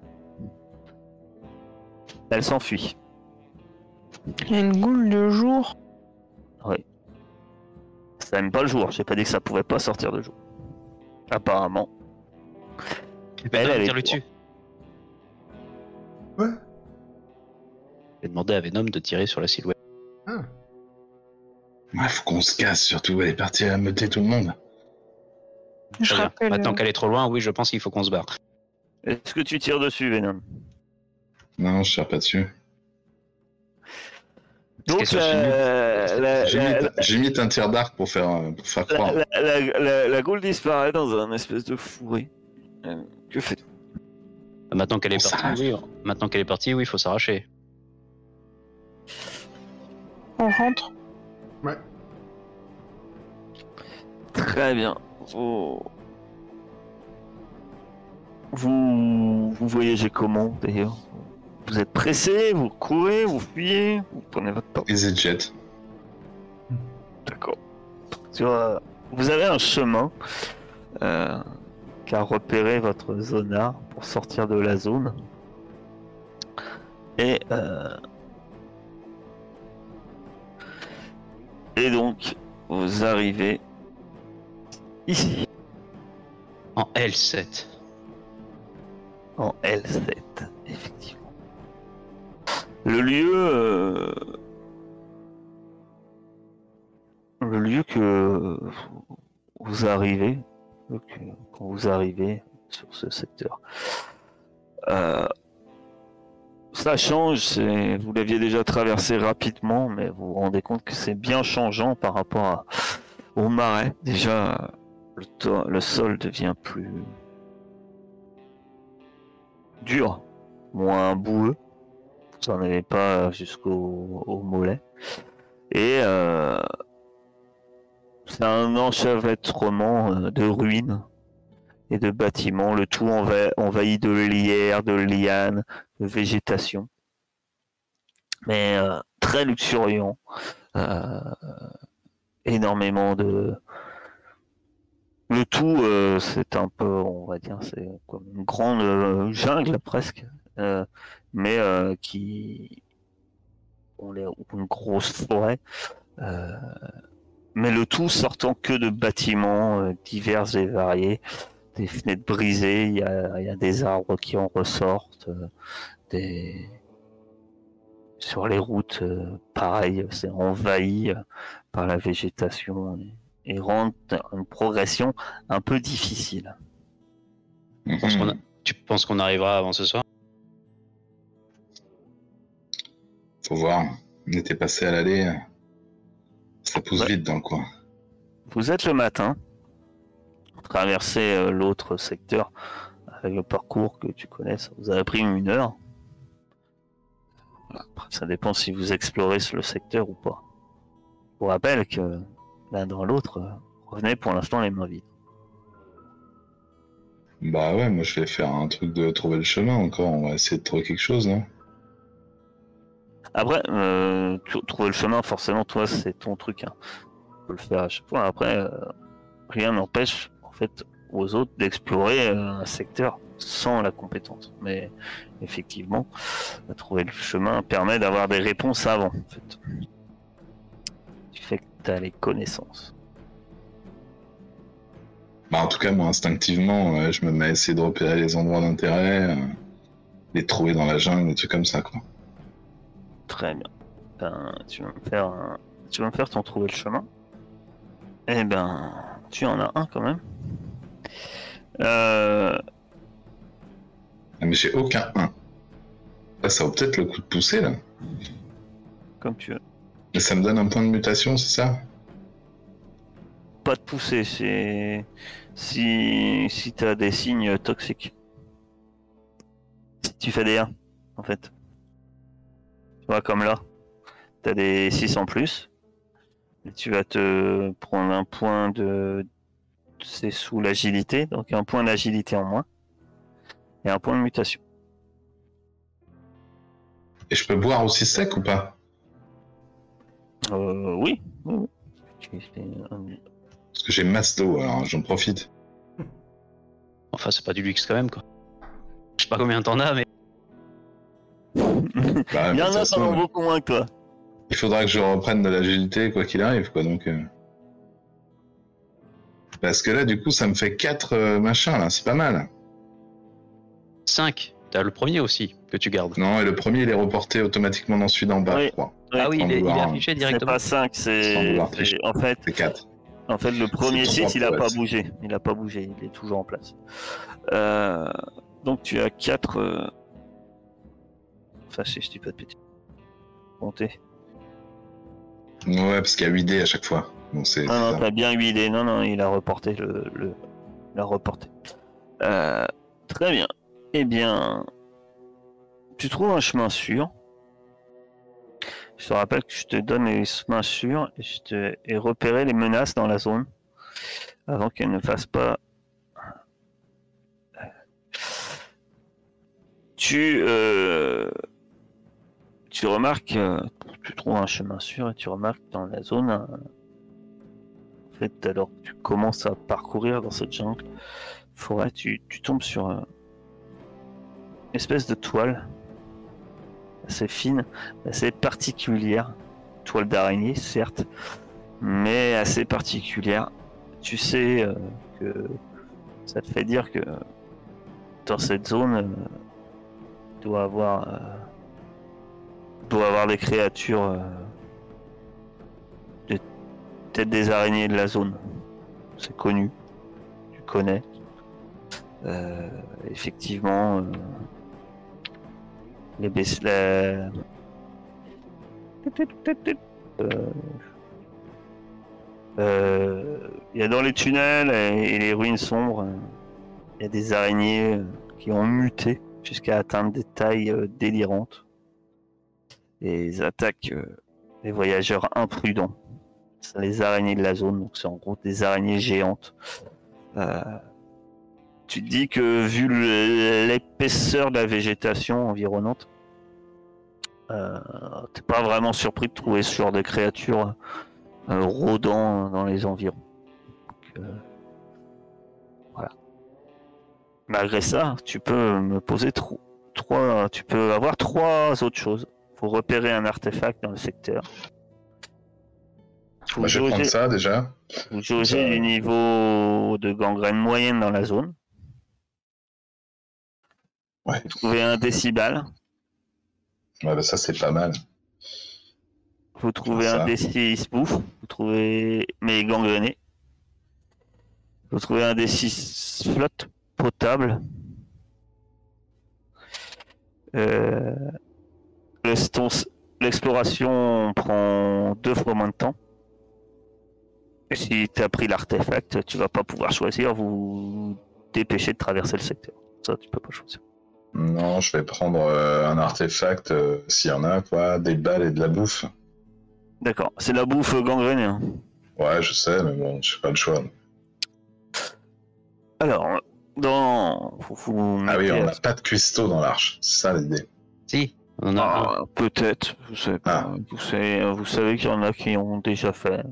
Elle s'enfuit. Il y a une goule de jour. Oui. Ça n'aime pas le jour. J'ai pas dit que ça pouvait pas sortir de jour. Apparemment. Elle est Tire-lui dessus. Ouais. J'ai demandé à Venom de tirer sur la silhouette. Ah. Ouais, faut qu'on se casse, surtout. Elle est partie à meuter tout le monde. Je Très bien. rappelle. Maintenant qu'elle est trop loin, oui, je pense qu'il faut qu'on se barre. Est-ce que tu tires dessus, Venom? Non, je tire pas dessus. Donc, Qu'est-ce que J'ai mis un tir d'arc pour faire croire. la goule disparaît dans un espèce de fourré. Que fais-tu? Maintenant qu'elle est On partie, s'arrache. oui. Maintenant qu'elle est partie, oui, il faut s'arracher. On rentre. Ouais. Très bien. Vous voyagez comment, d'ailleurs? Vous êtes pressé, vous courez, vous fuyez, vous prenez votre temps. EasyJet. D'accord. Vous avez un chemin qu'a repéré votre zonard pour sortir de la zone. Et donc, vous arrivez ici, En L7. en L7, effectivement. Le lieu que vous arrivez, quand vous arrivez sur ce secteur, ça change, vous l'aviez déjà traversé rapidement, mais vous vous rendez compte que c'est bien changeant par rapport au marais. Déjà, le sol devient plus dur, moins boueux. Vous n'en avez pas jusqu'au mollet. Et c'est un enchevêtrement de ruines et de bâtiments, le tout envahi de lierre, de lianes, de végétation. Mais très luxuriant. Énormément de... Le tout, c'est un peu, on va dire, c'est comme une grande jungle presque, mais qui ont l'air une grosse forêt. Mais le tout sortant que de bâtiments divers et variés, des fenêtres brisées, il y a des arbres qui en ressortent, sur les routes, pareil, c'est envahi par la végétation et rend une progression un peu difficile. Tu penses qu'on arrivera avant ce soir? Faut voir. On était passé à l'allée. Ça pousse Ouais. vite dans le coin. Vous êtes le matin, vous traversez l'autre secteur avec le parcours que tu connais, ça vous a pris 1 heure. Après, ça dépend si vous explorez le secteur ou pas. Je vous rappelle que l'un dans l'autre, revenez pour l'instant les mains vides. Bah ouais, moi je vais faire un truc de trouver le chemin encore. On va essayer de trouver quelque chose, non? Après, trouver le chemin, forcément, toi, c'est ton truc. Hein. Tu peux le faire à chaque fois. Après, rien n'empêche, en fait, aux autres d'explorer un secteur sans la compétence. Mais effectivement, trouver le chemin permet d'avoir des réponses avant, en fait. Tu fais que tu as les connaissances. Bah en tout cas, moi instinctivement, je me mets à essayer de repérer les endroits d'intérêt, les trouver dans la jungle, des trucs comme ça, quoi. Très bien. Ben, tu vas me faire ton trouver le chemin. Eh ben, tu en as un quand même. Ah, mais j'ai aucun 1. Là, ça vaut peut-être le coup de pousser, là. Comme tu veux. Mais ça me donne un point de mutation, c'est ça? Pas de pousser, c'est si t'as des signes toxiques. Si tu fais des 1, en fait. Tu vois, comme là, t'as des 6 en plus. Et tu vas te prendre un point de... C'est sous l'agilité, donc un point d'agilité en moins. Et un point de mutation. Et je peux boire aussi sec ou pas? Oui. Oui. Parce que j'ai masse d'eau, alors j'en profite. Enfin, c'est pas du luxe quand même, quoi. Je sais pas combien t'en as, mais... Bah, Il y en de toute a façon, qui en ont beaucoup moins que toi. il faudra que je reprenne de l'agilité, quoi qu'il arrive, quoi, donc... Parce que là, du coup, ça me fait 4 machins, là, c'est pas mal. 5. T'as le premier aussi, que tu gardes. Non, et le premier, il est reporté automatiquement dans celui d'en bas, Oui. je crois. Ah oui, sans il est vouloir, affiché C'est directement. pas 5, Sans c'est... vouloir tricher. C'est 4. En fait, le premier C'est 3 site, il a pour pas être. bougé. Il a pas bougé, il est toujours en place. Donc tu as 4... Enfin, si je dis pas de bêtises. Comptez. Ouais, parce qu'il y a 8 dés à chaque fois. Donc c'est Non, non, ça. t'as bien 8 dés. Non, il a reporté il a reporté. Très bien. Eh bien... Tu trouves un chemin sûr. Je te rappelle que je te donne les chemins sûrs et repérer les menaces dans la zone avant qu'elles ne fassent pas. Tu tu remarques, tu trouves un chemin sûr et tu remarques dans la zone, en fait, alors que tu commences à parcourir dans cette jungle, forêt, tu tombes sur une espèce de toile assez fine, assez particulière, toile d'araignée certes, mais assez particulière. Tu sais que ça te fait dire que dans cette zone, doit avoir des créatures, peut-être des araignées de la zone. C'est connu, tu connais. Effectivement, les il y a dans les tunnels et les ruines sombres, il y a des araignées qui ont muté jusqu'à atteindre des tailles délirantes. Et ils attaquent les voyageurs imprudents. C'est les araignées de la zone, donc c'est en gros des araignées géantes. Tu te dis que vu l'épaisseur de la végétation environnante, t'es pas vraiment surpris de trouver ce genre de créatures rôdant dans les environs. Donc, voilà. Malgré ça, tu peux me poser tu peux avoir 3 autres choses. Faut repérer un artefact dans le secteur. Moi, je vais prendre ça déjà. Vous jaugez du niveau de gangrène moyenne dans la zone. Ouais. Vous trouvez un décibel. Ouais, bah ça, c'est pas mal. Vous trouvez un D6 bouffe. Vous trouvez. Mais gangréné. Vous trouvez un D6 flotte potable. L'exploration prend 2 fois moins de temps. Et si tu as pris l'artefact, tu vas pas pouvoir choisir, vous dépêcher de traverser le secteur. Ça, tu peux pas choisir. Non, je vais prendre un artefact, s'il y en a, quoi, des balles et de la bouffe. D'accord, c'est la bouffe gangrénée. Hein. Ouais, je sais, mais bon, j'ai pas le choix. Alors, Ah oui, on n'a pas de cuistot dans l'arche, c'est ça l'idée. Si, on a un. Peut-être, je sais pas. Ah. Vous savez qu'il y en a qui ont déjà fait.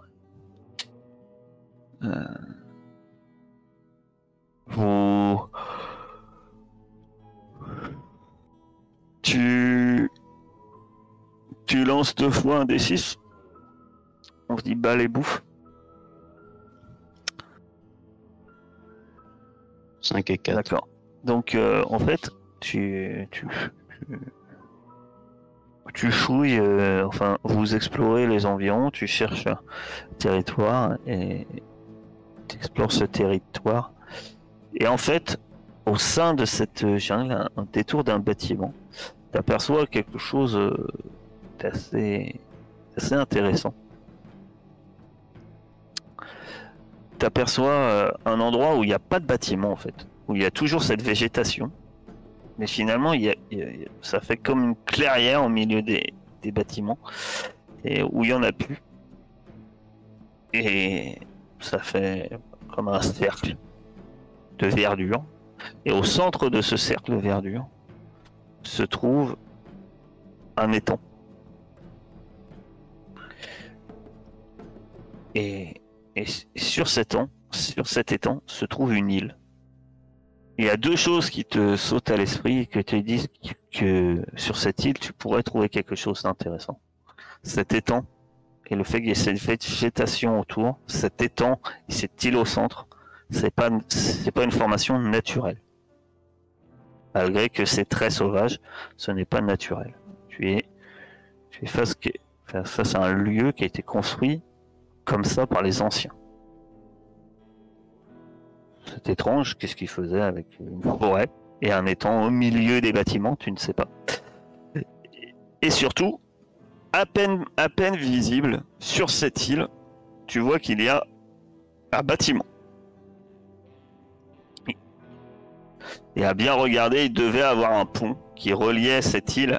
Tu lances 2 fois un D6. On se dit balle et bouffe. 5 et 4. D'accord. Donc en fait, tu fouilles, enfin vous explorez les environs, tu cherches un territoire et tu explores ce territoire. Et en fait, au sein de cette jungle, un détour d'un bâtiment, tu aperçois quelque chose d'assez intéressant. Tu aperçois un endroit où il n'y a pas de bâtiment en fait, où il y a toujours cette végétation, mais finalement ça fait comme une clairière au milieu des bâtiments, et où il n'y en a plus. Et ça fait comme un cercle de verdure. Et au centre de ce cercle de verdure se trouve un étang. Et sur cet étang se trouve une île. Il y a 2 choses qui te sautent à l'esprit et que te disent que sur cette île, tu pourrais trouver quelque chose d'intéressant. Cet étang et le fait qu'il y ait cette végétation autour, cet étang et cette île au centre, c'est pas une formation naturelle. Malgré que c'est très sauvage, ce n'est pas naturel. Tu es face à un lieu qui a été construit comme ça par les anciens. C'est étrange, qu'est-ce qu'ils faisaient avec une forêt et un étang au milieu des bâtiments, tu ne sais pas. Et surtout, à peine visible, sur cette île, tu vois qu'il y a un bâtiment. Et à bien regarder, il devait avoir un pont qui reliait cette île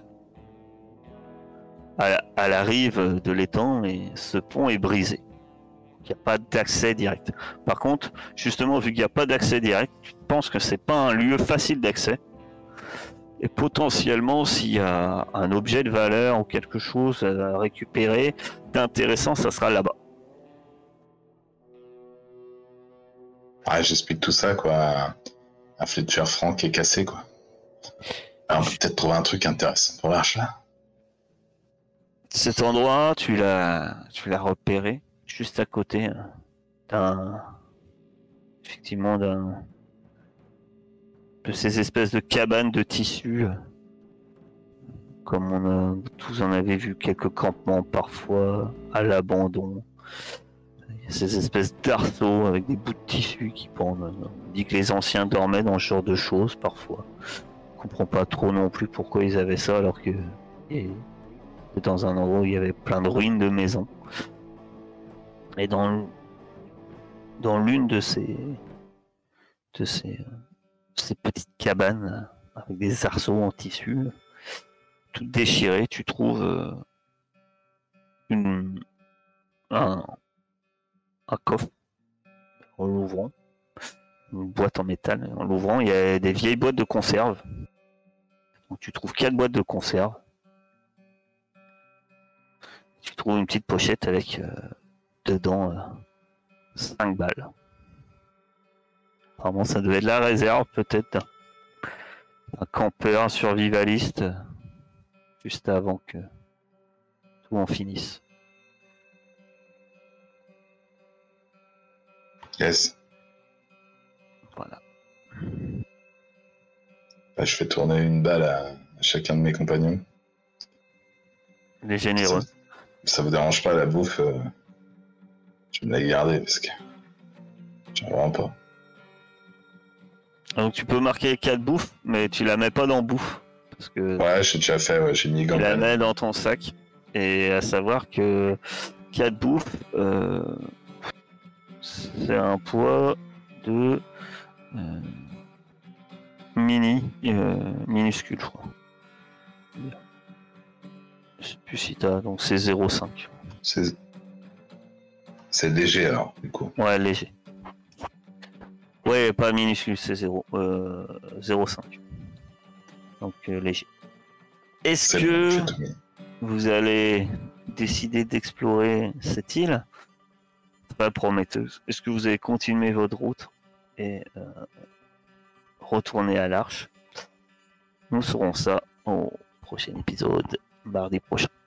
à la rive de l'étang, mais ce pont est brisé. Il n'y a pas d'accès direct. Par contre, justement, vu qu'il n'y a pas d'accès direct, tu penses que c'est pas un lieu facile d'accès. Et potentiellement, s'il y a un objet de valeur ou quelque chose à récupérer d'intéressant, ça sera là-bas. Ouais, j'explique tout ça, quoi. Un Fletcher franc qui est cassé, quoi. Alors, on peut peut-être trouver un truc intéressant pour l'arche, là. Cet endroit, tu l'as repéré juste à côté effectivement, de ces espèces de cabanes de tissu, comme tous en avait vu quelques campements parfois à l'abandon. Il y a ces espèces d'arceaux avec des bouts de tissu qui pendent. On dit que les anciens dormaient dans ce genre de choses parfois. On comprend pas trop non plus pourquoi ils avaient ça alors que c'est dans un endroit où il y avait plein de ruines de maisons. Et dans l'une de ces petites cabanes avec des arceaux en tissu, tout déchiré, tu trouves un coffre. En l'ouvrant, une boîte en métal. En l'ouvrant, il y a des vieilles boîtes de conserve. Donc tu trouves 4 boîtes de conserve. Tu trouves une petite pochette avec dedans 5 balles. Apparemment, ça devait être la réserve, peut-être. Un campeur, un survivaliste, juste avant que tout en finisse. Yes. Voilà. Bah, je fais tourner une balle à chacun de mes compagnons. Les généreux. Ça vous dérange pas, la bouffe, je vais me la garder parce que j'en vraiment pas. Donc tu peux marquer 4 bouffes, mais tu la mets pas dans bouffe. Parce que Ouais, j'ai déjà fait, ouais, j'ai mis tu la mets dans ton sac. Et à savoir que 4 bouffes, c'est un poids de minuscule, je crois. Je sais plus si t'as, donc c'est 0,5. C'est léger alors, du coup. Ouais, léger. Ouais, pas minuscule, c'est 0,5. Donc léger. Est-ce que vous allez décider d'explorer cette île très prometteuse? Est-ce que vous allez continuer votre route et retourner à l'Arche? Nous saurons ça au prochain épisode, mardi prochain.